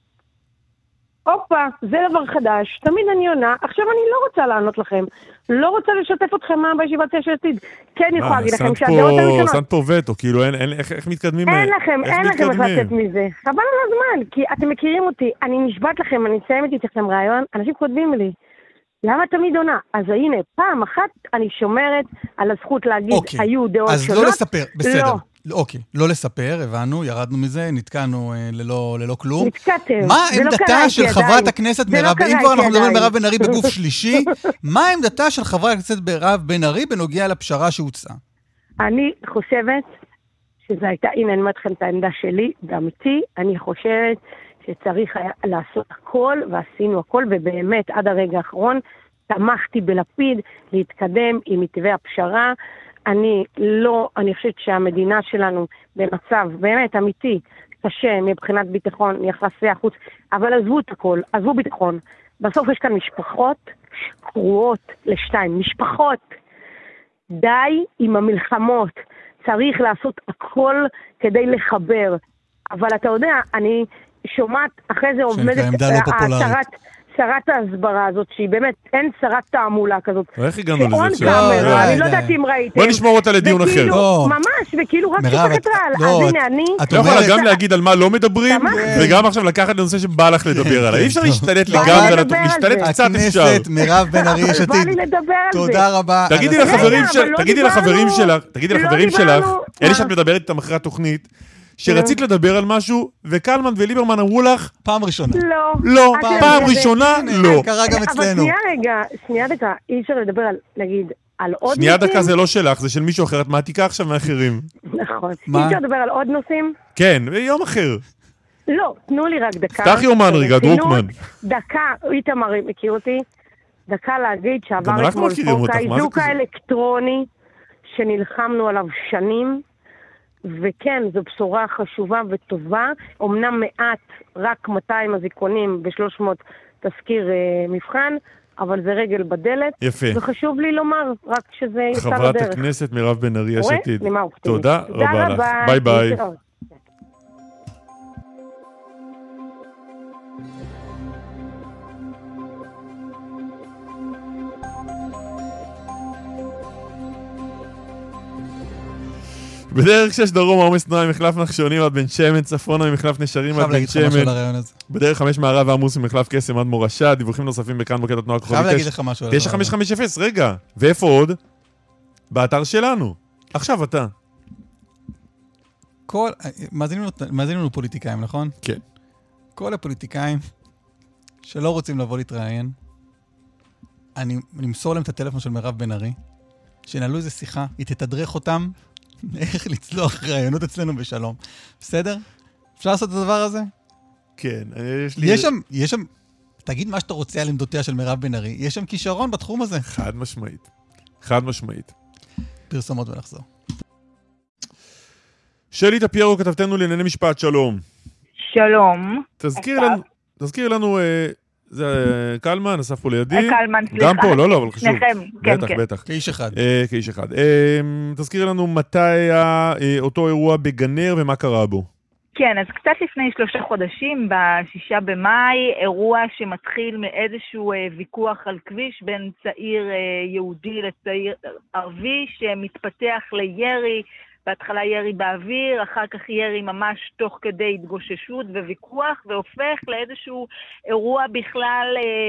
הופה, זה דבר חדש, תמיד אני עונה, עכשיו אני לא רוצה לענות לכם, לא רוצה לשתף אתכם מה בישיבת יש עתיד, כן יכולה להגיד לכם שהדעות הראשונות. שמת פה וטו, כאילו איך מתקדמים? אין לכם איך לצאת מזה, חבל על הזמן, כי אתם מכירים אותי, אני נשבעת לכם, אני אסיימת איתכם רעיון, אנשים כותבים לי, למה תמיד עונה? אז הנה, פעם אחת אני שומרת על הזכות להגיד, היו דעות שונות. אז לא לספר, בסדר. אוקיי, לא לספר, הבנו, ירדנו מזה, נתקענו ללא כלום. נתקעתם. מה עמדתה של חברת הכנסת מירב, אם כבר אנחנו מדברים על מירב בן ארי בגוף שלישי, מה עמדתה של חברת הכנסת מירב בן ארי בנוגע לפשרה שהוצעה? אני חושבת שזה הייתה, הנה אני אומרת לכם את העמדה שלי, גם איתי, אני חושבת שצריך היה לעשות הכל, ועשינו הכל, ובאמת עד הרגע האחרון תמכתי בלפיד להתקדם עם מתווה הפשרה. אני חושבת שהמדינה שלנו במצב באמת אמיתי, קשה מבחינת ביטחון, יחסי החוץ, אבל עזבו את הכל, עזבו ביטחון. בסוף יש כאן משפחות קרועות לשתיים, משפחות. די עם המלחמות, צריך לעשות הכל כדי לחבר. אבל אתה יודע, אני שומעת אחרי זה עומדת הצהרת שרת ההסברה הזאת, שהיא באמת, אין שרת תעמולה כזאת. איך הגענו לזה? אני לא יודעת אם ראיתם. בוא נשמור אותה לדיון אחר. ממש, וכאילו רק שופכת רעל. אז הנה, אני... את לא יכולה גם להגיד על מה לא מדברים, וגם עכשיו לקחת לנושא שבא לך לדבר עליו. אי אפשר להשתלט לגמרי, להשתלט קצת אפשר. הכנסת, מירב בן ארי יש עתיד. בא לי לדבר על זה. תודה רבה. תגידי לחברים שלך, אלה שאת מדברת איתם אחרי התוכנית, שרצית לדבר על משהו, וקלמן וליברמן אמרו לך, פעם ראשונה. לא, פעם ראשונה, לא. קרה גם אצלנו. אבל שנייה דקה, אי אפשר לדבר על, נגיד, על עוד נושאים. שנייה דקה זה לא שלך, זה של מישהו אחר, את מעתיקה עכשיו מאחרים. נכון. אי אפשר לדבר על עוד נושאים? כן, ביום אחר. לא, תנו לי רק דקה. פתח יומן רגע, דרוקמן. דקה, איתמר מכיר אותי, דקה להגיד שעבר אתמול חוק האיזוק האלקטרוני, שנלחמנו עליו שנים, וכן, זו בשורה חשובה וטובה, אמנם מעט, רק 200 אזיקונים ו300 תזכיר מבחן, אבל זה רגל בדלת. יפה. וחשוב לי לומר, רק שזה יצא לדרך. חברת הכנסת מירב בן ארי יש עתיד. תודה רבה לך. ביי ביי. בדרך 6 דרום, העומס תנועה ממחלף נחשונים עד בן שמן, צפונה ממחלף נשרים עד בן שמן. בדרך 5 מערב ועמוס ממחלף קסם עד מורשה, דיווחים נוספים בכאן בקטע תנועה כחולי. חייב להגיד לך משהו. 9550, רגע. ואיפה עוד? באתר שלנו. עכשיו אתה. מאזינים לנו פוליטיקאים, נכון? כן. כל הפוליטיקאים שלא רוצים לבוא להתראיין, אני אמסור להם את הטלפון של מירב בן ארי, שנעלו איזה שיחה, היא תתדרך אותם, איך לצלוח רעיונות אצלנו בשלום. בסדר? אפשר לעשות את הדבר הזה? כן. יש שם, תגיד מה שאתה רוצה על עמדותיה של מירב בן ארי, יש שם כישרון בתחום הזה. חד משמעית. פרסומות ונחזור. שלי טפיירו, כתבתנו לענייני משפט, שלום. שלום. תזכיר לנו, זה קלמן, אסף פה לידי. קלמן, סליחה. גם פה, לא, אבל חשוב. שניכם, בטח. כאיש אחד. כאיש אחד. תזכיר לנו מתי היה אותו אירוע בגנר ומה קרה בו. כן, אז קצת לפני 3 חודשים, ב6 במאי, אירוע שמתחיל מאיזשהו ויכוח על כביש בין צעיר יהודי לצעיר ערבי, שמתפתח לירי, בהתחלה ירי באוויר, אחר כך ירי ממש תוך כדי התגוששות וויכוח, והופך לאיזשהו אירוע בכלל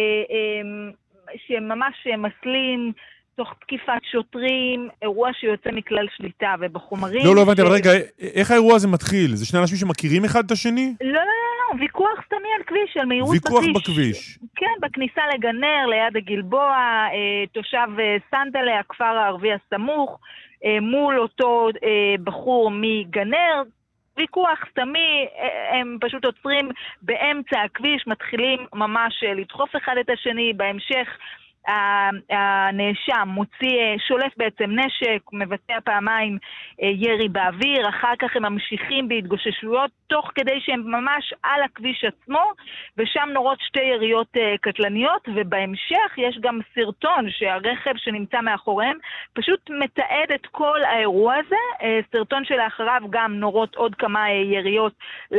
שממש מסלים, תוך תקיפת שוטרים, אירוע שיוצא מכלל שליטה, ובחומרים... לא הבנתי, אבל רגע, איך האירוע הזה מתחיל? זה שני אנשים שמכירים אחד את השני? לא, ויכוח סתמי על כביש, על מהירות בכביש. ויכוח בכביש. כן, בכניסה לגנר, ליד הגלבוע, תושב סנדלה, הכפר הערבי הסמוך, מול אותו בחור מגנר, ויכוח סתמי, הם פשוט עוצרים באמצע הכביש, מתחילים ממש לדחוף אחד את השני, בהמשך הנאשם שולף בעצם נשק, מבצע פעמיים ירי באוויר, אחר כך הם ממשיכים בהתגוששויות תוך כדי שהם ממש על הכביש עצמו, ושם נורות 2 יריות קטלניות, ובהמשך יש גם סרטון שהרכב שנמצא מאחוריהם פשוט מתעד את כל האירוע הזה, סרטון שלאחריו גם נורות עוד כמה יריות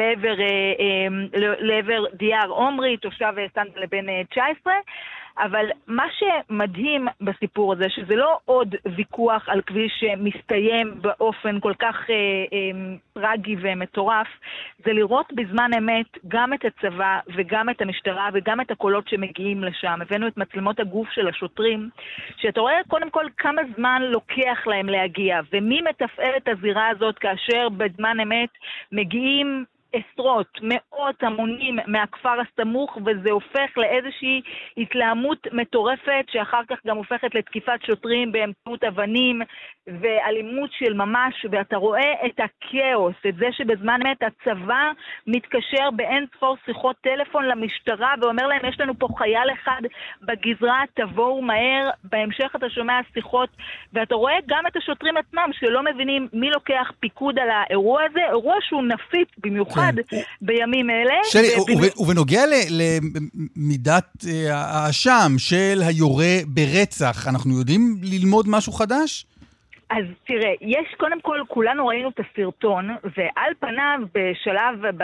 לעבר דיאר עומרי, תושב סנדלה בן 19, אבל מה שמדהים בסיפור הזה, שזה לא עוד ויכוח על כביש שמסתיים באופן כל כך טרגי ומטורף, זה לראות בזמן אמת גם את הצבא וגם את המשטרה וגם את הקולות שמגיעים לשם. הבאנו את מצלמות הגוף של השוטרים, שאתה רואה קודם כל כמה זמן לוקח להם להגיע, ומי מתפעל את הזירה הזאת כאשר בזמן אמת מגיעים עשרות, מאות המונים מהכפר הסמוך, וזה הופך לאיזושהי התלהמות מטורפת, שאחר כך גם הופכת לתקיפת שוטרים באמצעות אבנים ואלימות של ממש, ואתה רואה את הכאוס, את זה שבזמן אמת הצבא מתקשר באין ספור שיחות טלפון למשטרה, ואומר להם, יש לנו פה חייל אחד בגזרה, תבואו מהר, בהמשך אתה שומע שיחות, ואתה רואה גם את השוטרים עצמם, שלא מבינים מי לוקח פיקוד על האירוע הזה, אירוע שהוא נפיץ במיוחד, בימים אלה. שלי, ובנוגע למידת האשם של היורה ברצח, אנחנו יודעים ללמוד משהו חדש? אז תראה, יש קודם כל, כולנו ראינו את הסרטון, ועל פניו בשלב,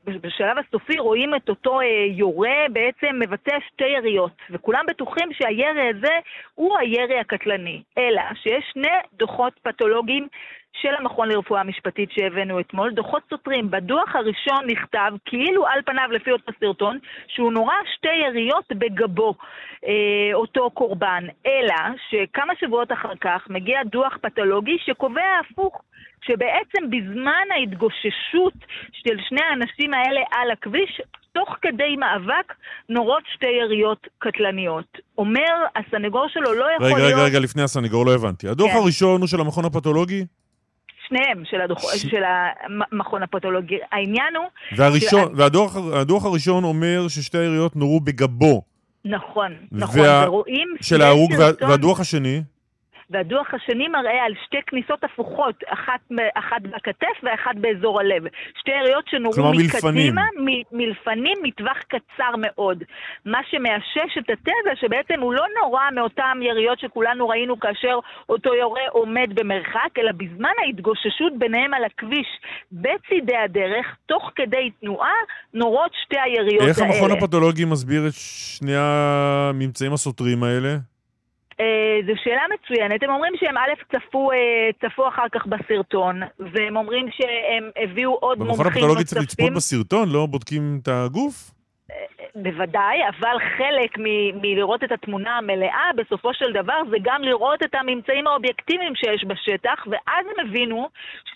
בשלב הסופי רואים את אותו יורה בעצם מבצע 2 יריות, וכולם בטוחים שהירי הזה הוא הירי הקטלני. אלא שיש 2 דוחות פתולוגיים של המכון לרפואה משפטית שהבאנו אתמול, דוחות סותרים. בדוח הראשון נכתב, כאילו על פניו לפי אותו סרטון, שהוא נורא 2 יריות בגבו, אותו קורבן. אלא שכמה שבועות אחר כך מגיע דוח פתולוגי שקובע הפוך, שבעצם בזמן ההתגוששות של 2 האנשים האלה על הכביש, תוך כדי מאבק נורות 2 יריות קטלניות. אומר, הסנגור שלו לא יכול להיות... רגע, לפני הסנגור, לא הבנתי. הדוח הראשון הוא של המכון הפתולוגי? שניהם של המכון הפתולוגי. העניין הוא... והדוח הראשון אומר ש2 יריות נורו בגבו. נכון. ורואים... של ההרוג, והדוח השני? והדוח השני מראה על 2 כניסות הפוכות, אחת בכתף ואחת באזור הלב. 2 יריות שנורו מקדימה, מלפנים, מטווח קצר מאוד. מה שמאשש את הטבע, שבעצם הוא לא נורא מאותם יריות שכולנו ראינו כאשר אותו יורה עומד במרחק, אלא בזמן ההתגוששות ביניהם על הכביש בצידי הדרך, תוך כדי תנועה, נורות 2 היריות האלה. איך המכון הפתולוגי מסביר את 2 הממצאים הסותרים האלה? זו שאלה מצוינת. הם אומרים שהם צפו אחר כך בסרטון, והם אומרים שהם הביאו עוד מומחים נוספים. במכון הפתולוגי צריך לצפות בסרטון, לא בודקים את הגוף? בוודאי, אבל חלק מלראות את התמונה המלאה, בסופו של דבר, זה גם לראות את הממצאים האובייקטיביים שיש בשטח, ואז הם הבינו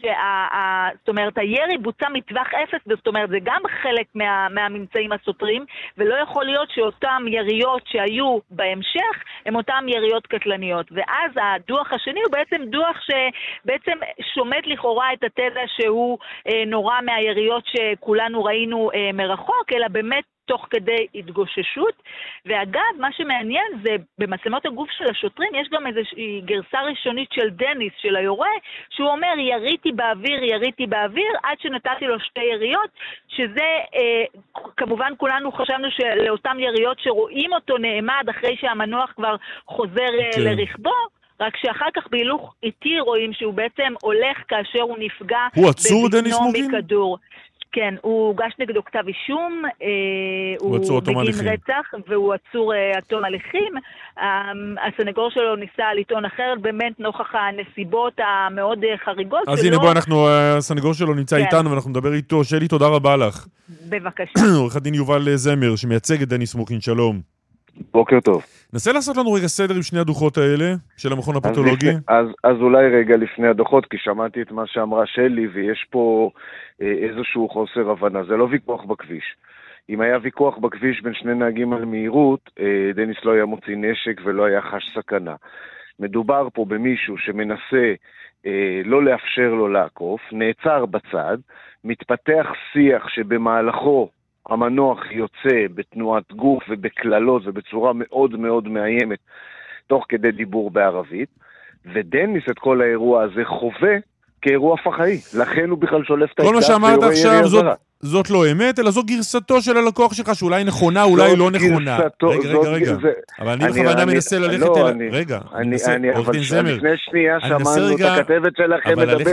זאת אומרת, הירי בוצע מטווח 0, זאת אומרת, זה גם חלק מהממצאים הסותרים, ולא יכול להיות שאותם יריות שהיו בהמשך, הם אותם יריות קטלניות. ואז הדוח השני הוא בעצם דוח שבעצם שומט לכאורה את הטבע שהוא נורא מהיריות שכולנו ראינו מרחוק, אלא באמת תוך כדי התגוששות. ואגב, מה שמעניין זה, במצלמות הגוף של השוטרים, יש גם איזושהי גרסה ראשונית של דניס, של היורה, שהוא אומר, יריתי באוויר, עד שנתתי לו 2 יריות, שזה, כמובן כולנו חשבנו שלאותם יריות שרואים אותו נעמד, אחרי שהמנוח כבר חוזר לרכבו, רק שאחר כך בהילוך איטי רואים שהוא בעצם הולך כאשר הוא נפגע בבטנו מכדור. כן, הוא הוגש נגדו כתב אישום, הוא בגין רצח, והוא עצור עד תום הליכים. הסנגור שלו ניסה לטעון אחרת, באמת נוכח הנסיבות המאוד חריגות שלו. אז הנה בוא, הסנגור שלו נמצא איתנו, ואנחנו נדבר איתו. שלי, תודה רבה לך. בבקשה. עורך הדין יובל זמר, שמייצג את דניס מוקין, שלום. בוקר טוב. נסה לעשות לנו רגע סדר עם 2 הדוחות האלה של המכון הפתולוגי. אז אולי רגע לפני הדוחות, כי שמעתי את מה שאמרה שלי, ויש פה איזשהו חוסר הבנה. זה לא ויכוח בכביש. אם היה ויכוח בכביש בין 2 נהגים על מהירות, דניס לא היה מוציא נשק ולא היה חש סכנה. מדובר פה במישהו שמנסה לא לאפשר לו לעקוף, נעצר בצד, מתפתח שיח שבמהלכו המנוח יוצא בתנועת גוף ובכללות ובצורה מאוד מאוד מאיימת, תוך כדי דיבור בערבית, ודניס את כל האירוע הזה חווה כאירוע פח"עי. לכן הוא בכלל שולף את האקדח. כל מה שאמרת עכשיו זאת לא אמת, אלא זו גרסתו של הלקוח שלך, שאולי נכונה, אולי לא נכונה. רגע. אבל אני בכוונה מנסה ללכת רגע, עורך-דין זמר. לפני שנייה שמענו את הכתבת שלכם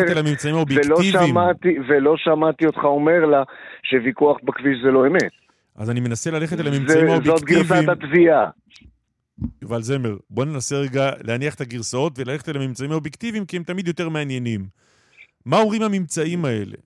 מדברת, ולא שמעתי אותך אומר לה שוויכוח בכביש זה לא אמת. אז אני מנסה ללכת אל הממצאים האובייקטיביים. זאת גרסת התביעה. יובל זמר, בוא ננסה רגע להניח את הגרסאות וללכת אל הממצאים האובייקטיביים, כי הם תמיד יותר מעניינים. מה אומרים הממצאים האלה?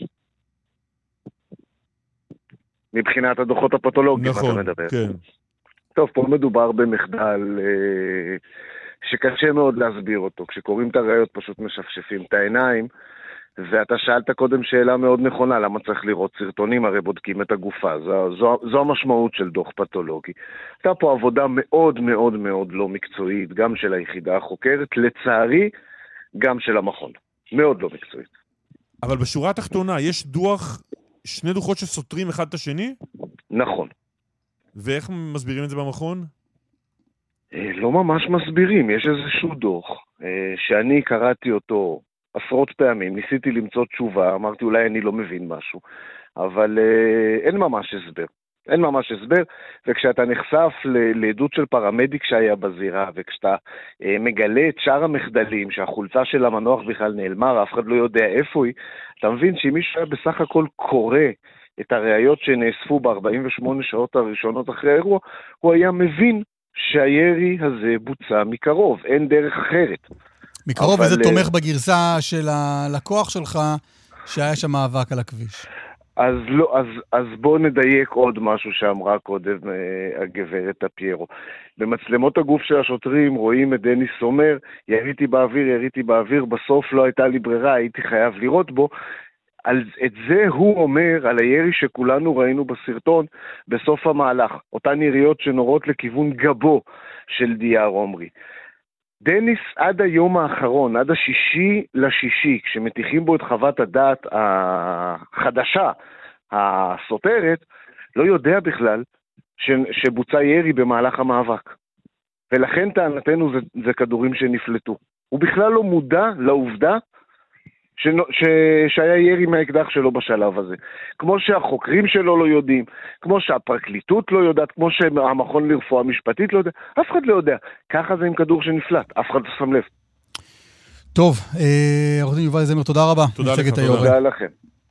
מבחינת הדוחות הפתולוגיים, נכון, אתה מדבר. כן. טוב, פה מדובר במחדל שקשה מאוד להסביר אותו. כשקוראים את הראיות פשוט משפשפים את העיניים, ואתה שאלת קודם שאלה מאוד נכונה, למה צריך לראות סרטונים, הרי בודקים את הגופה. זו המשמעות של דוח פתולוגי. הייתה פה עבודה מאוד מאוד מאוד לא מקצועית, גם של היחידה החוקרת, לצערי, גם של המכון. מאוד לא מקצועית. אבל בשורה התחתונה, יש דוח, 2 דוחות שסותרים אחד את השני? נכון. ואיך מסבירים את זה במכון? לא ממש מסבירים. יש איזשהו דוח שאני קראתי אותו עשרות פעמים, ניסיתי למצוא תשובה, אמרתי אולי אני לא מבין משהו, אבל אין ממש הסבר. אין ממש הסבר, וכשאתה נחשף לעדות של פרמדיק שהיה בזירה, וכשאתה מגלה את שאר המחדלים, שהחולצה של המנוח בכלל נעלמה, אף אחד לא יודע איפה היא, אתה מבין שאם מישהו היה בסך הכל קורא את הראיות שנאספו ב-48 שעות הראשונות אחרי האירוע, הוא היה מבין שהירי הזה בוצע מקרוב, אין דרך אחרת. מקרוב, וזה תומך בגרסה של הלקוח שלך, שהיה שם מאבק על הכביש. אז בואו נדייק עוד משהו שאמרה קודם הגברת הפיירו. במצלמות הגוף של השוטרים רואים את דניס אומר, יריתי באוויר, בסוף לא הייתה לי ברירה, הייתי חייב לראות בו. את זה הוא אומר על הירי שכולנו ראינו בסרטון בסוף המהלך, אותן יריות שנורות לכיוון גבו של דייר עומרי. דניס עד היום האחרון, עד 6/6, כשמתיחים בו את חוות הדעת החדשה, הסותרת, לא יודע בכלל שבוצע ירי במהלך המאבק. ולכן טענתנו זה כדורים שנפלטו. הוא בכלל לא מודע לעובדה שהיה ירי מהאקדח שלו בשלב הזה. כמו שהחוקרים שלו לא יודעים, כמו שהפרקליטות לא יודעת, כמו שהמכון לרפואה משפטית לא יודע, אף אחד לא יודע. ככה זה עם כדור שנפלט, אף אחד לא שם לב. טוב, עורך דין יובל זמר, תודה רבה. תודה לך, תודה לכם.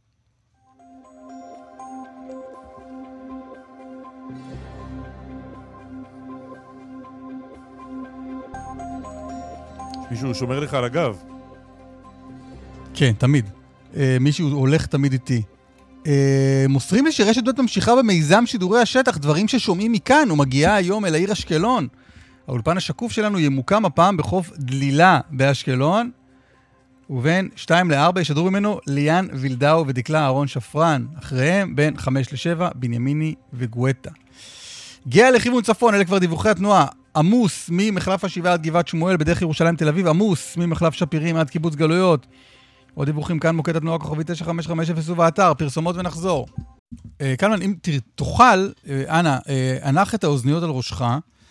מישהו שומר לך על הגב. כן, תמיד. מישהו הולך תמיד איתי. מוסרים לי שרשת ב' ממשיכה במיזם שידורי השטח, דברים ששומעים מכאן, ומגיעה היום אל העיר אשקלון. האולפן השקוף שלנו ימוקם הפעם בחוף דלילה באשקלון, ובין 2-4 ישדרו ממנו ליאן וילדאו ודקלה אהרון שפרן, אחריהם בין 5-7 בנימיני וגואטה. גאה לכיוון צפון, אלה כבר דיווחי התנועה. עמוס ממחלף השבעה עד גבעת שמואל בדרך ירושלים תל אביב, עמוס ממחלף שפירים עד קיבוץ גלויות. עוד דיווחים כאן מוקד התנועה כוכבי 9550 ובאתר, פרסומות ונחזור. קלמן, אם תוכל, אנא, הנח את האוזניות על ראשך.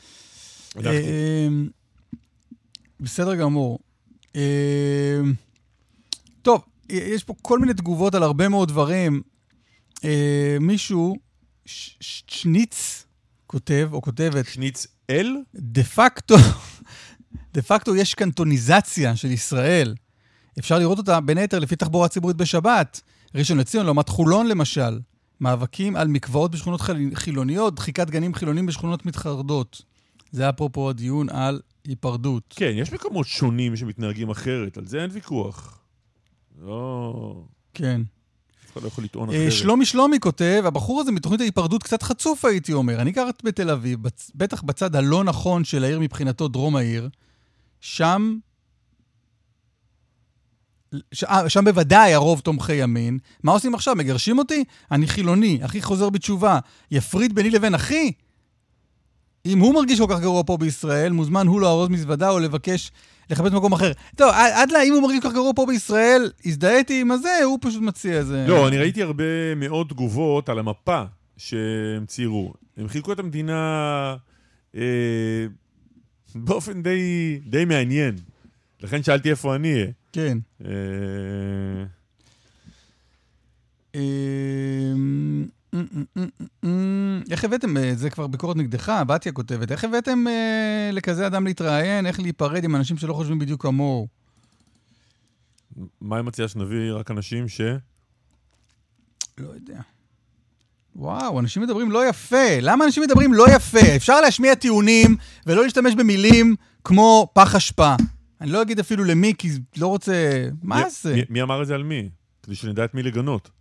בסדר גמור. טוב, יש פה כל מיני תגובות על הרבה מאוד דברים. מישהו, שניץ, כותב או כותבת. שניץ אל? דה פקטו יש קנטוניזציה של ישראל. אפשר לראות אותה בין היתר לפי תחבורה ציבורית בשבת. ראשון לציון, לעומת חולון למשל. מאבקים על מקוואות בשכונות חילוניות, דחיקת גנים חילונים בשכונות מתחרדות. זה אפרופו הדיון על היפרדות. כן, יש מקומות שונים שמתנהגים אחרת, על זה אין ויכוח. לא... כן. אף אחד לא יכול לטעון אחרת. שלומי כותב, הבחור הזה מתוכנית ההיפרדות קצת חצוף הייתי אומר. אני גרת בתל אביב, בטח בצד הלא נכון של העיר מבחינתו דרום העיר, שם בוודאי הרוב תומכי ימין. מה עושים עכשיו? מגרשים אותי? אני חילוני, אחי חוזר בתשובה. יפריד ביני לבין אחי? אם הוא מרגיש כל כך גרוע פה בישראל, מוזמן הוא לארוז מזוודה או לבקש לחפש מקום אחר. טוב, עד לה, אם הוא מרגיש כל כך גרוע פה בישראל, הזדהיתי עם הזה, הוא פשוט מציע איזה... לא, אני ראיתי הרבה מאוד תגובות על המפה שהם ציירו. הם חילקו את המדינה באופן די מעניין. לכן שאלתי איפה אני אהיה. כן. איך הבאתם, זה כבר ביקורת נגדך, בתיה כותבת, איך הבאתם לכזה אדם להתראיין, איך להיפרד עם אנשים שלא חושבים בדיוק כמוהו? מה עם מציע שנביא רק אנשים לא יודע. וואו, אנשים מדברים לא יפה. למה אנשים מדברים לא יפה? אפשר להשמיע טיעונים ולא להשתמש במילים כמו פח אשפה. אני לא אגיד אפילו למי, כי לא רוצה... מה זה? מי אמר את זה על מי? כדי שנדע את מי לגנות.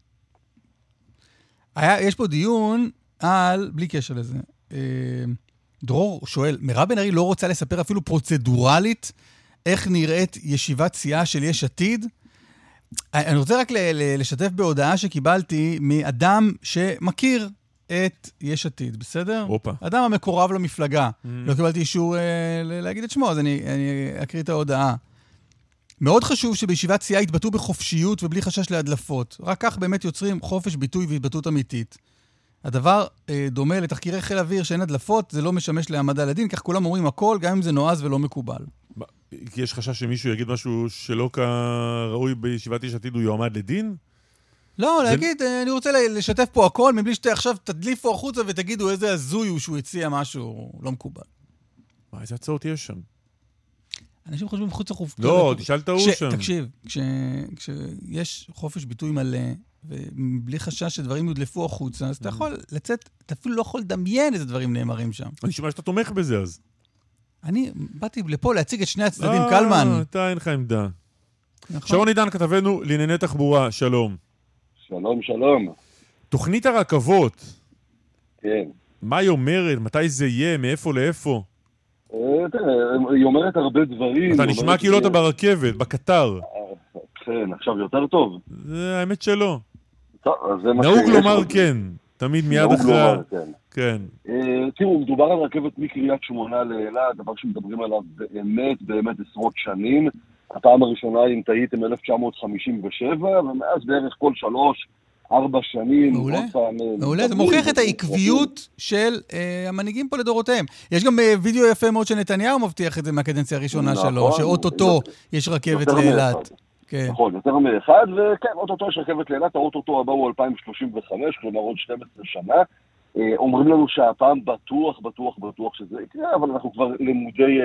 יש פה דיון על, בלי קשר לזה, דרור שואל, מירב בן ארי לא רוצה לספר אפילו פרוצדורלית איך נראית ישיבת סיעה של יש עתיד? אני רוצה רק לשתף בהודעה שקיבלתי מאדם שמכיר את יש עתיד, בסדר? אופה. אדם המקורב למפלגה. לא קיבלתי אישור להגיד את שמו, אז אני אקריא את ההודעה. מאוד חשוב שבישיבת סיעה יתבטאו בחופשיות ובלי חשש להדלפות. רק כך באמת יוצרים חופש ביטוי והתבטאות אמיתית. הדבר דומה לתחקירי חיל אוויר שאין הדלפות, זה לא משמש להעמדה לדין, כך כולם אומרים הכל, גם אם זה נועז ולא מקובל. כי יש חשש שמישהו יגיד משהו שלא כראוי בישיבת יש עתיד, הוא יועמד לדין? לא, להגיד, אני רוצה לשתף פה הכל, מבלי שעכשיו תדליפו החוצה ותגידו איזה הזוי הוא שהוא הציע משהו לא מקובל. איזה הצעות יש שם? אנשים חושבים מחוץ לחוף. לא, תשאל את ההוא שם. תקשיב, כשיש חופש ביטוי מלא, ובלי חשש שדברים יודלפו החוצה, אז אתה יכול לצאת, אתה אפילו לא יכול לדמיין איזה דברים נאמרים שם. אני שומע שאתה תומך בזה אז. אני באתי לפה להציג את שני הצדדים, קלמן. אתה אין לך עמדה. שרון עידן, כתבנו לענייני תחבורה, שלום. שלום, שלום. תוכנית הרכבות. כן. מה היא אומרת? מתי זה יהיה? מאיפה לאיפה? היא אומרת הרבה דברים. אתה נשמע כאילו אתה ברכבת, בקטר. כן, עכשיו יותר טוב. זה האמת שלא. נהוג לומר כן. תמיד מיד אחרי... כן. תראו, מדובר על רכבת מקריית שמונה לאילת, דבר שמדברים עליו באמת עשרות שנים. הפעם הראשונה, אם טעיתם, 1957, ומאז בערך כל 3-4 שנים. מעולה, זה מוכיח את העקביות של המנהיגים פה לדורותיהם. יש גם וידאו יפה מאוד שנתניהו מבטיח את זה מהקדנציה הראשונה שלו, שאוטוטו יש רכבת לאילת. נכון, יותר מאחד, וכן, אוטוטו יש רכבת לאילת, האוטוטו הבא הוא 2035, כלומר עוד 12 שנה. אומרים לנו שהפעם בטוח שזה יקרה, אבל אנחנו כבר למודי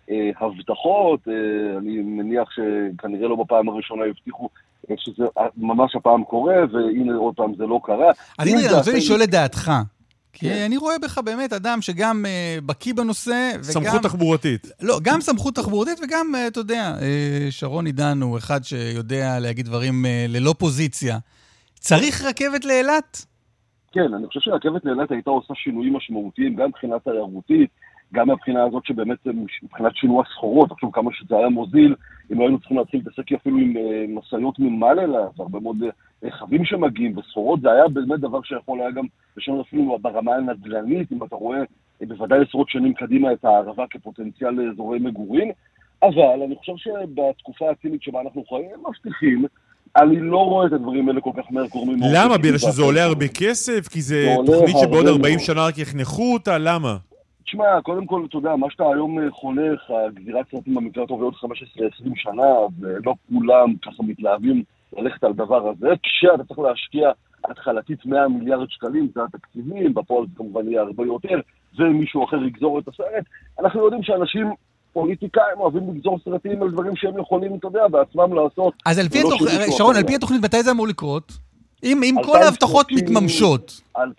הבטחות, אני מניח שכנראה לא בפעם הראשונה הבטיחו שזה ממש הפעם קורה, והנה עוד פעם זה לא קרה. אני רוצה לשאול את דעתך, כי אני רואה בך באמת אדם שגם בקיא בנושא, סמכות תחבורתית. לא, גם סמכות תחבורתית וגם, אתה יודע, שרון עידן הוא אחד שיודע להגיד דברים ללא פוזיציה. צריך רכבת לאילת? כן, אני חושב שרכבת לאילת הייתה עושה שינויים משמעותיים, גם מבחינה תיירותית, גם מהבחינה הזאת שבאמת מבחינת שינוע סחורות, עכשיו כמה שזה היה מוזיל, אם לא היינו צריכים להתחיל להתעסק אפילו עם מסעיות ממעל אילת, הרבה מאוד רכבים שמגיעים בסחורות, זה היה באמת דבר שיכול היה גם לשנות אפילו ברמה הנדל"נית, אם אתה רואה בוודאי עשרות שנים קדימה את הערבה כפוטנציאל לאזורי מגורים, אבל אני חושב שבתקופה הצינית שבה אנחנו חיים, הם מבטיחים, אני לא רואה את הדברים האלה כל כך מהר קורמים. למה? בגלל שזה עולה הרבה כסף? כי זה תוכנית שבעוד 40 שנה רק יחנכו אותה? למה? תשמע, קודם כל, אתה יודע, מה שאתה היום חונך, הגזירת סרטים במקרה הטוב עוד 15-20 שנה, ולא כולם ככה מתלהבים ללכת על דבר הזה, כשאתה צריך להשקיע התחלתית 100 מיליארד שקלים, זה התקציבים, בפועל זה כמובן יהיה הרבה יותר, ומישהו אחר יגזור את הסרט. אנחנו יודעים שאנשים פוליטיקאים אוהבים לגזור סרטים על דברים שהם יכולים, אתה יודע, בעצמם לעשות. אז שרון, על פי התוכנית, מתי זה אמור לקרות? אם כל ההבטחות מתממשות.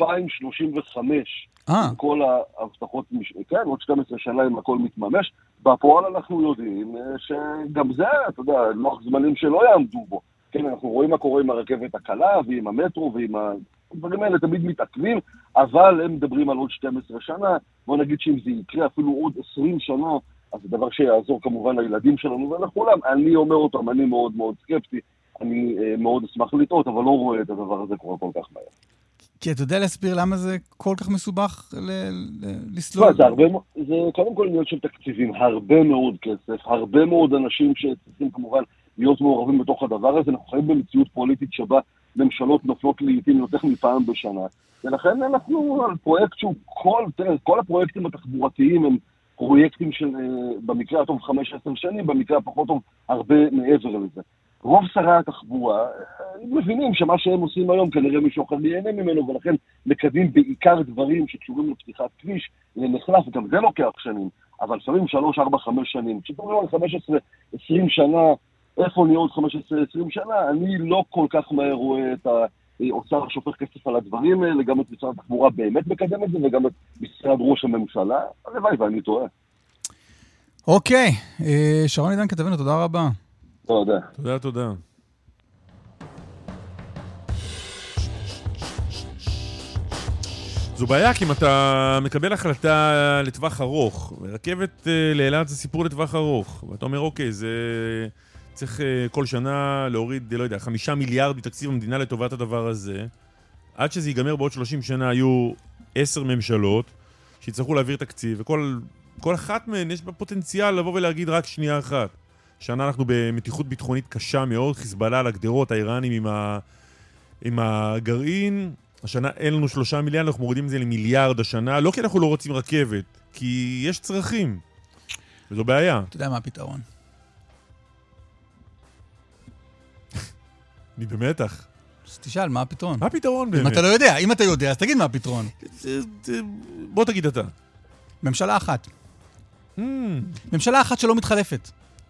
2035. כל ההבטחות, כן, עוד 12 שנה אם הכל מתממש, בפועל אנחנו יודעים שגם זה, אתה יודע, לוח זמנים שלא יעמדו בו. כן, אנחנו רואים מה קורה עם הרכבת הקלה ועם המטרו ועם הדברים האלה תמיד מתעכבים, אבל הם מדברים על עוד 12 שנה, בוא נגיד שאם זה יקרה אפילו עוד 20 שנה, אז זה דבר שיעזור כמובן לילדים שלנו ולכולם. אני אומר אותם, אני מאוד מאוד סקפטי, אני מאוד אשמח לטעות, אבל לא רואה את הדבר הזה קורה כל כך מהר. כי אתה יודע להסביר למה זה כל כך מסובך לסלול? זה קודם כל עניין של תקציבים, הרבה מאוד כסף, הרבה מאוד אנשים שצריכים כמובן להיות מעורבים בתוך הדבר הזה. אנחנו חיים במציאות פוליטית שבה ממשלות נופלות לעיתים יותר מפעם בשנה, ולכן אנחנו על פרויקט שהוא כל הפרויקטים התחבורתיים הם פרויקטים של במקרה הטוב 5-10 שנים, במקרה הפחות טוב הרבה מעבר לזה. רוב שרי התחבורה מבינים שמה שהם עושים היום כנראה מישהו אחר ייהנה ממנו, ולכן מקדמים בעיקר דברים שקשורים לפתיחת כביש למחלף, וגם זה לוקח שנים, אבל לפעמים 3, 4, 5 שנים. כשתראו על 15-20 שנה, איפה נהיה עוד 15-20 שנה, אני לא כל כך מהר רואה את האוצר שופך כסף על הדברים האלה, גם את משרד התחבורה באמת מקדם את זה, וגם את משרד ראש הממשלה, הלוואי ואני טועה. אוקיי, שרון עידן כתבנו, תודה רבה. תודה. תודה. זו בעיה, כי אם אתה מקבל החלטה לטווח ארוך, רכבת לאילת זה סיפור לטווח ארוך, ואתה אומר, אוקיי, זה צריך כל שנה להוריד, לא יודע, 5 מיליארד מתקציב המדינה לטובת הדבר הזה, עד שזה ייגמר בעוד 30 שנה היו 10 ממשלות שיצטרכו להעביר תקציב, וכל אחת מהן יש בה פוטנציאל לבוא ולהגיד רק שנייה אחת. שנה אנחנו במתיחות ביטחונית קשה מאוד, חיזבאללה על הגדרות, האיראנים עם הגרעין, השנה אין לנו 3 מיליארד, אנחנו מורידים את זה למיליארד השנה, לא כי אנחנו לא רוצים רכבת, כי יש צרכים, וזו בעיה. אתה יודע מה הפתרון? אני במתח. אז תשאל, מה הפתרון? מה הפתרון באמת? אם אתה לא יודע, אם אתה יודע, אז תגיד מה הפתרון. בוא תגיד אתה. ממשלה אחת. ממשלה אחת שלא מתחלפת.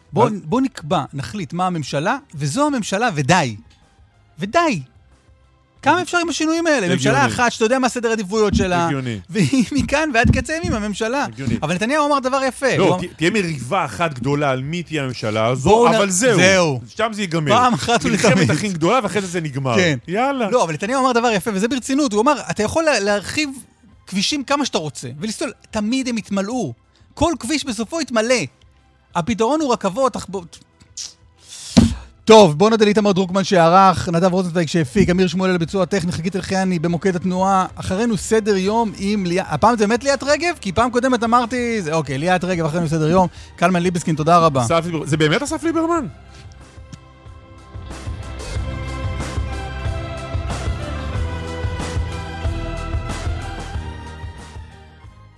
בוא נקבע, נחליט מה הממשלה, וזו הממשלה, ודי. ודי. כמה אפשר עם השינויים האלה? ממשלה אחת שאתה יודע מה סדר העדיפויות שלה, והיא מכאן ועד קצה ימים הממשלה. אבל נתניהו אמר דבר יפה. לא, תהיה מריבה אחת גדולה על מי תהיה הממשלה הזו, אבל זהו. שם זה ייגמר. פעם אחת ולתמיד. מלחמת הכי גדולה, ואחרי זה נגמר. יאללה. לא, אבל נתניהו אמר דבר יפה, וזה ברצינות. הוא אמר, אתה יכול להרחיב כבישים כמה שאתה רוצה, ולסתול, תמיד הם יתמלאו. כל כביש בסופו יתמלא. הפתרון הוא רכבות, טוב, בוא נדע לאיתמר דרוקמן שערך, נדב רוזנצוויג שהפיק, אמיר שמואל לביצוע הטכני, חגית אלחייני במוקד התנועה, אחרינו סדר יום עם ליאת, הפעם זה באמת ליאת רגב? כי פעם קודמת אמרתי, אוקיי, ליאת רגב, אחרינו סדר יום, קלמן ליבסקין, תודה רבה. זה באמת אסף ליברמן?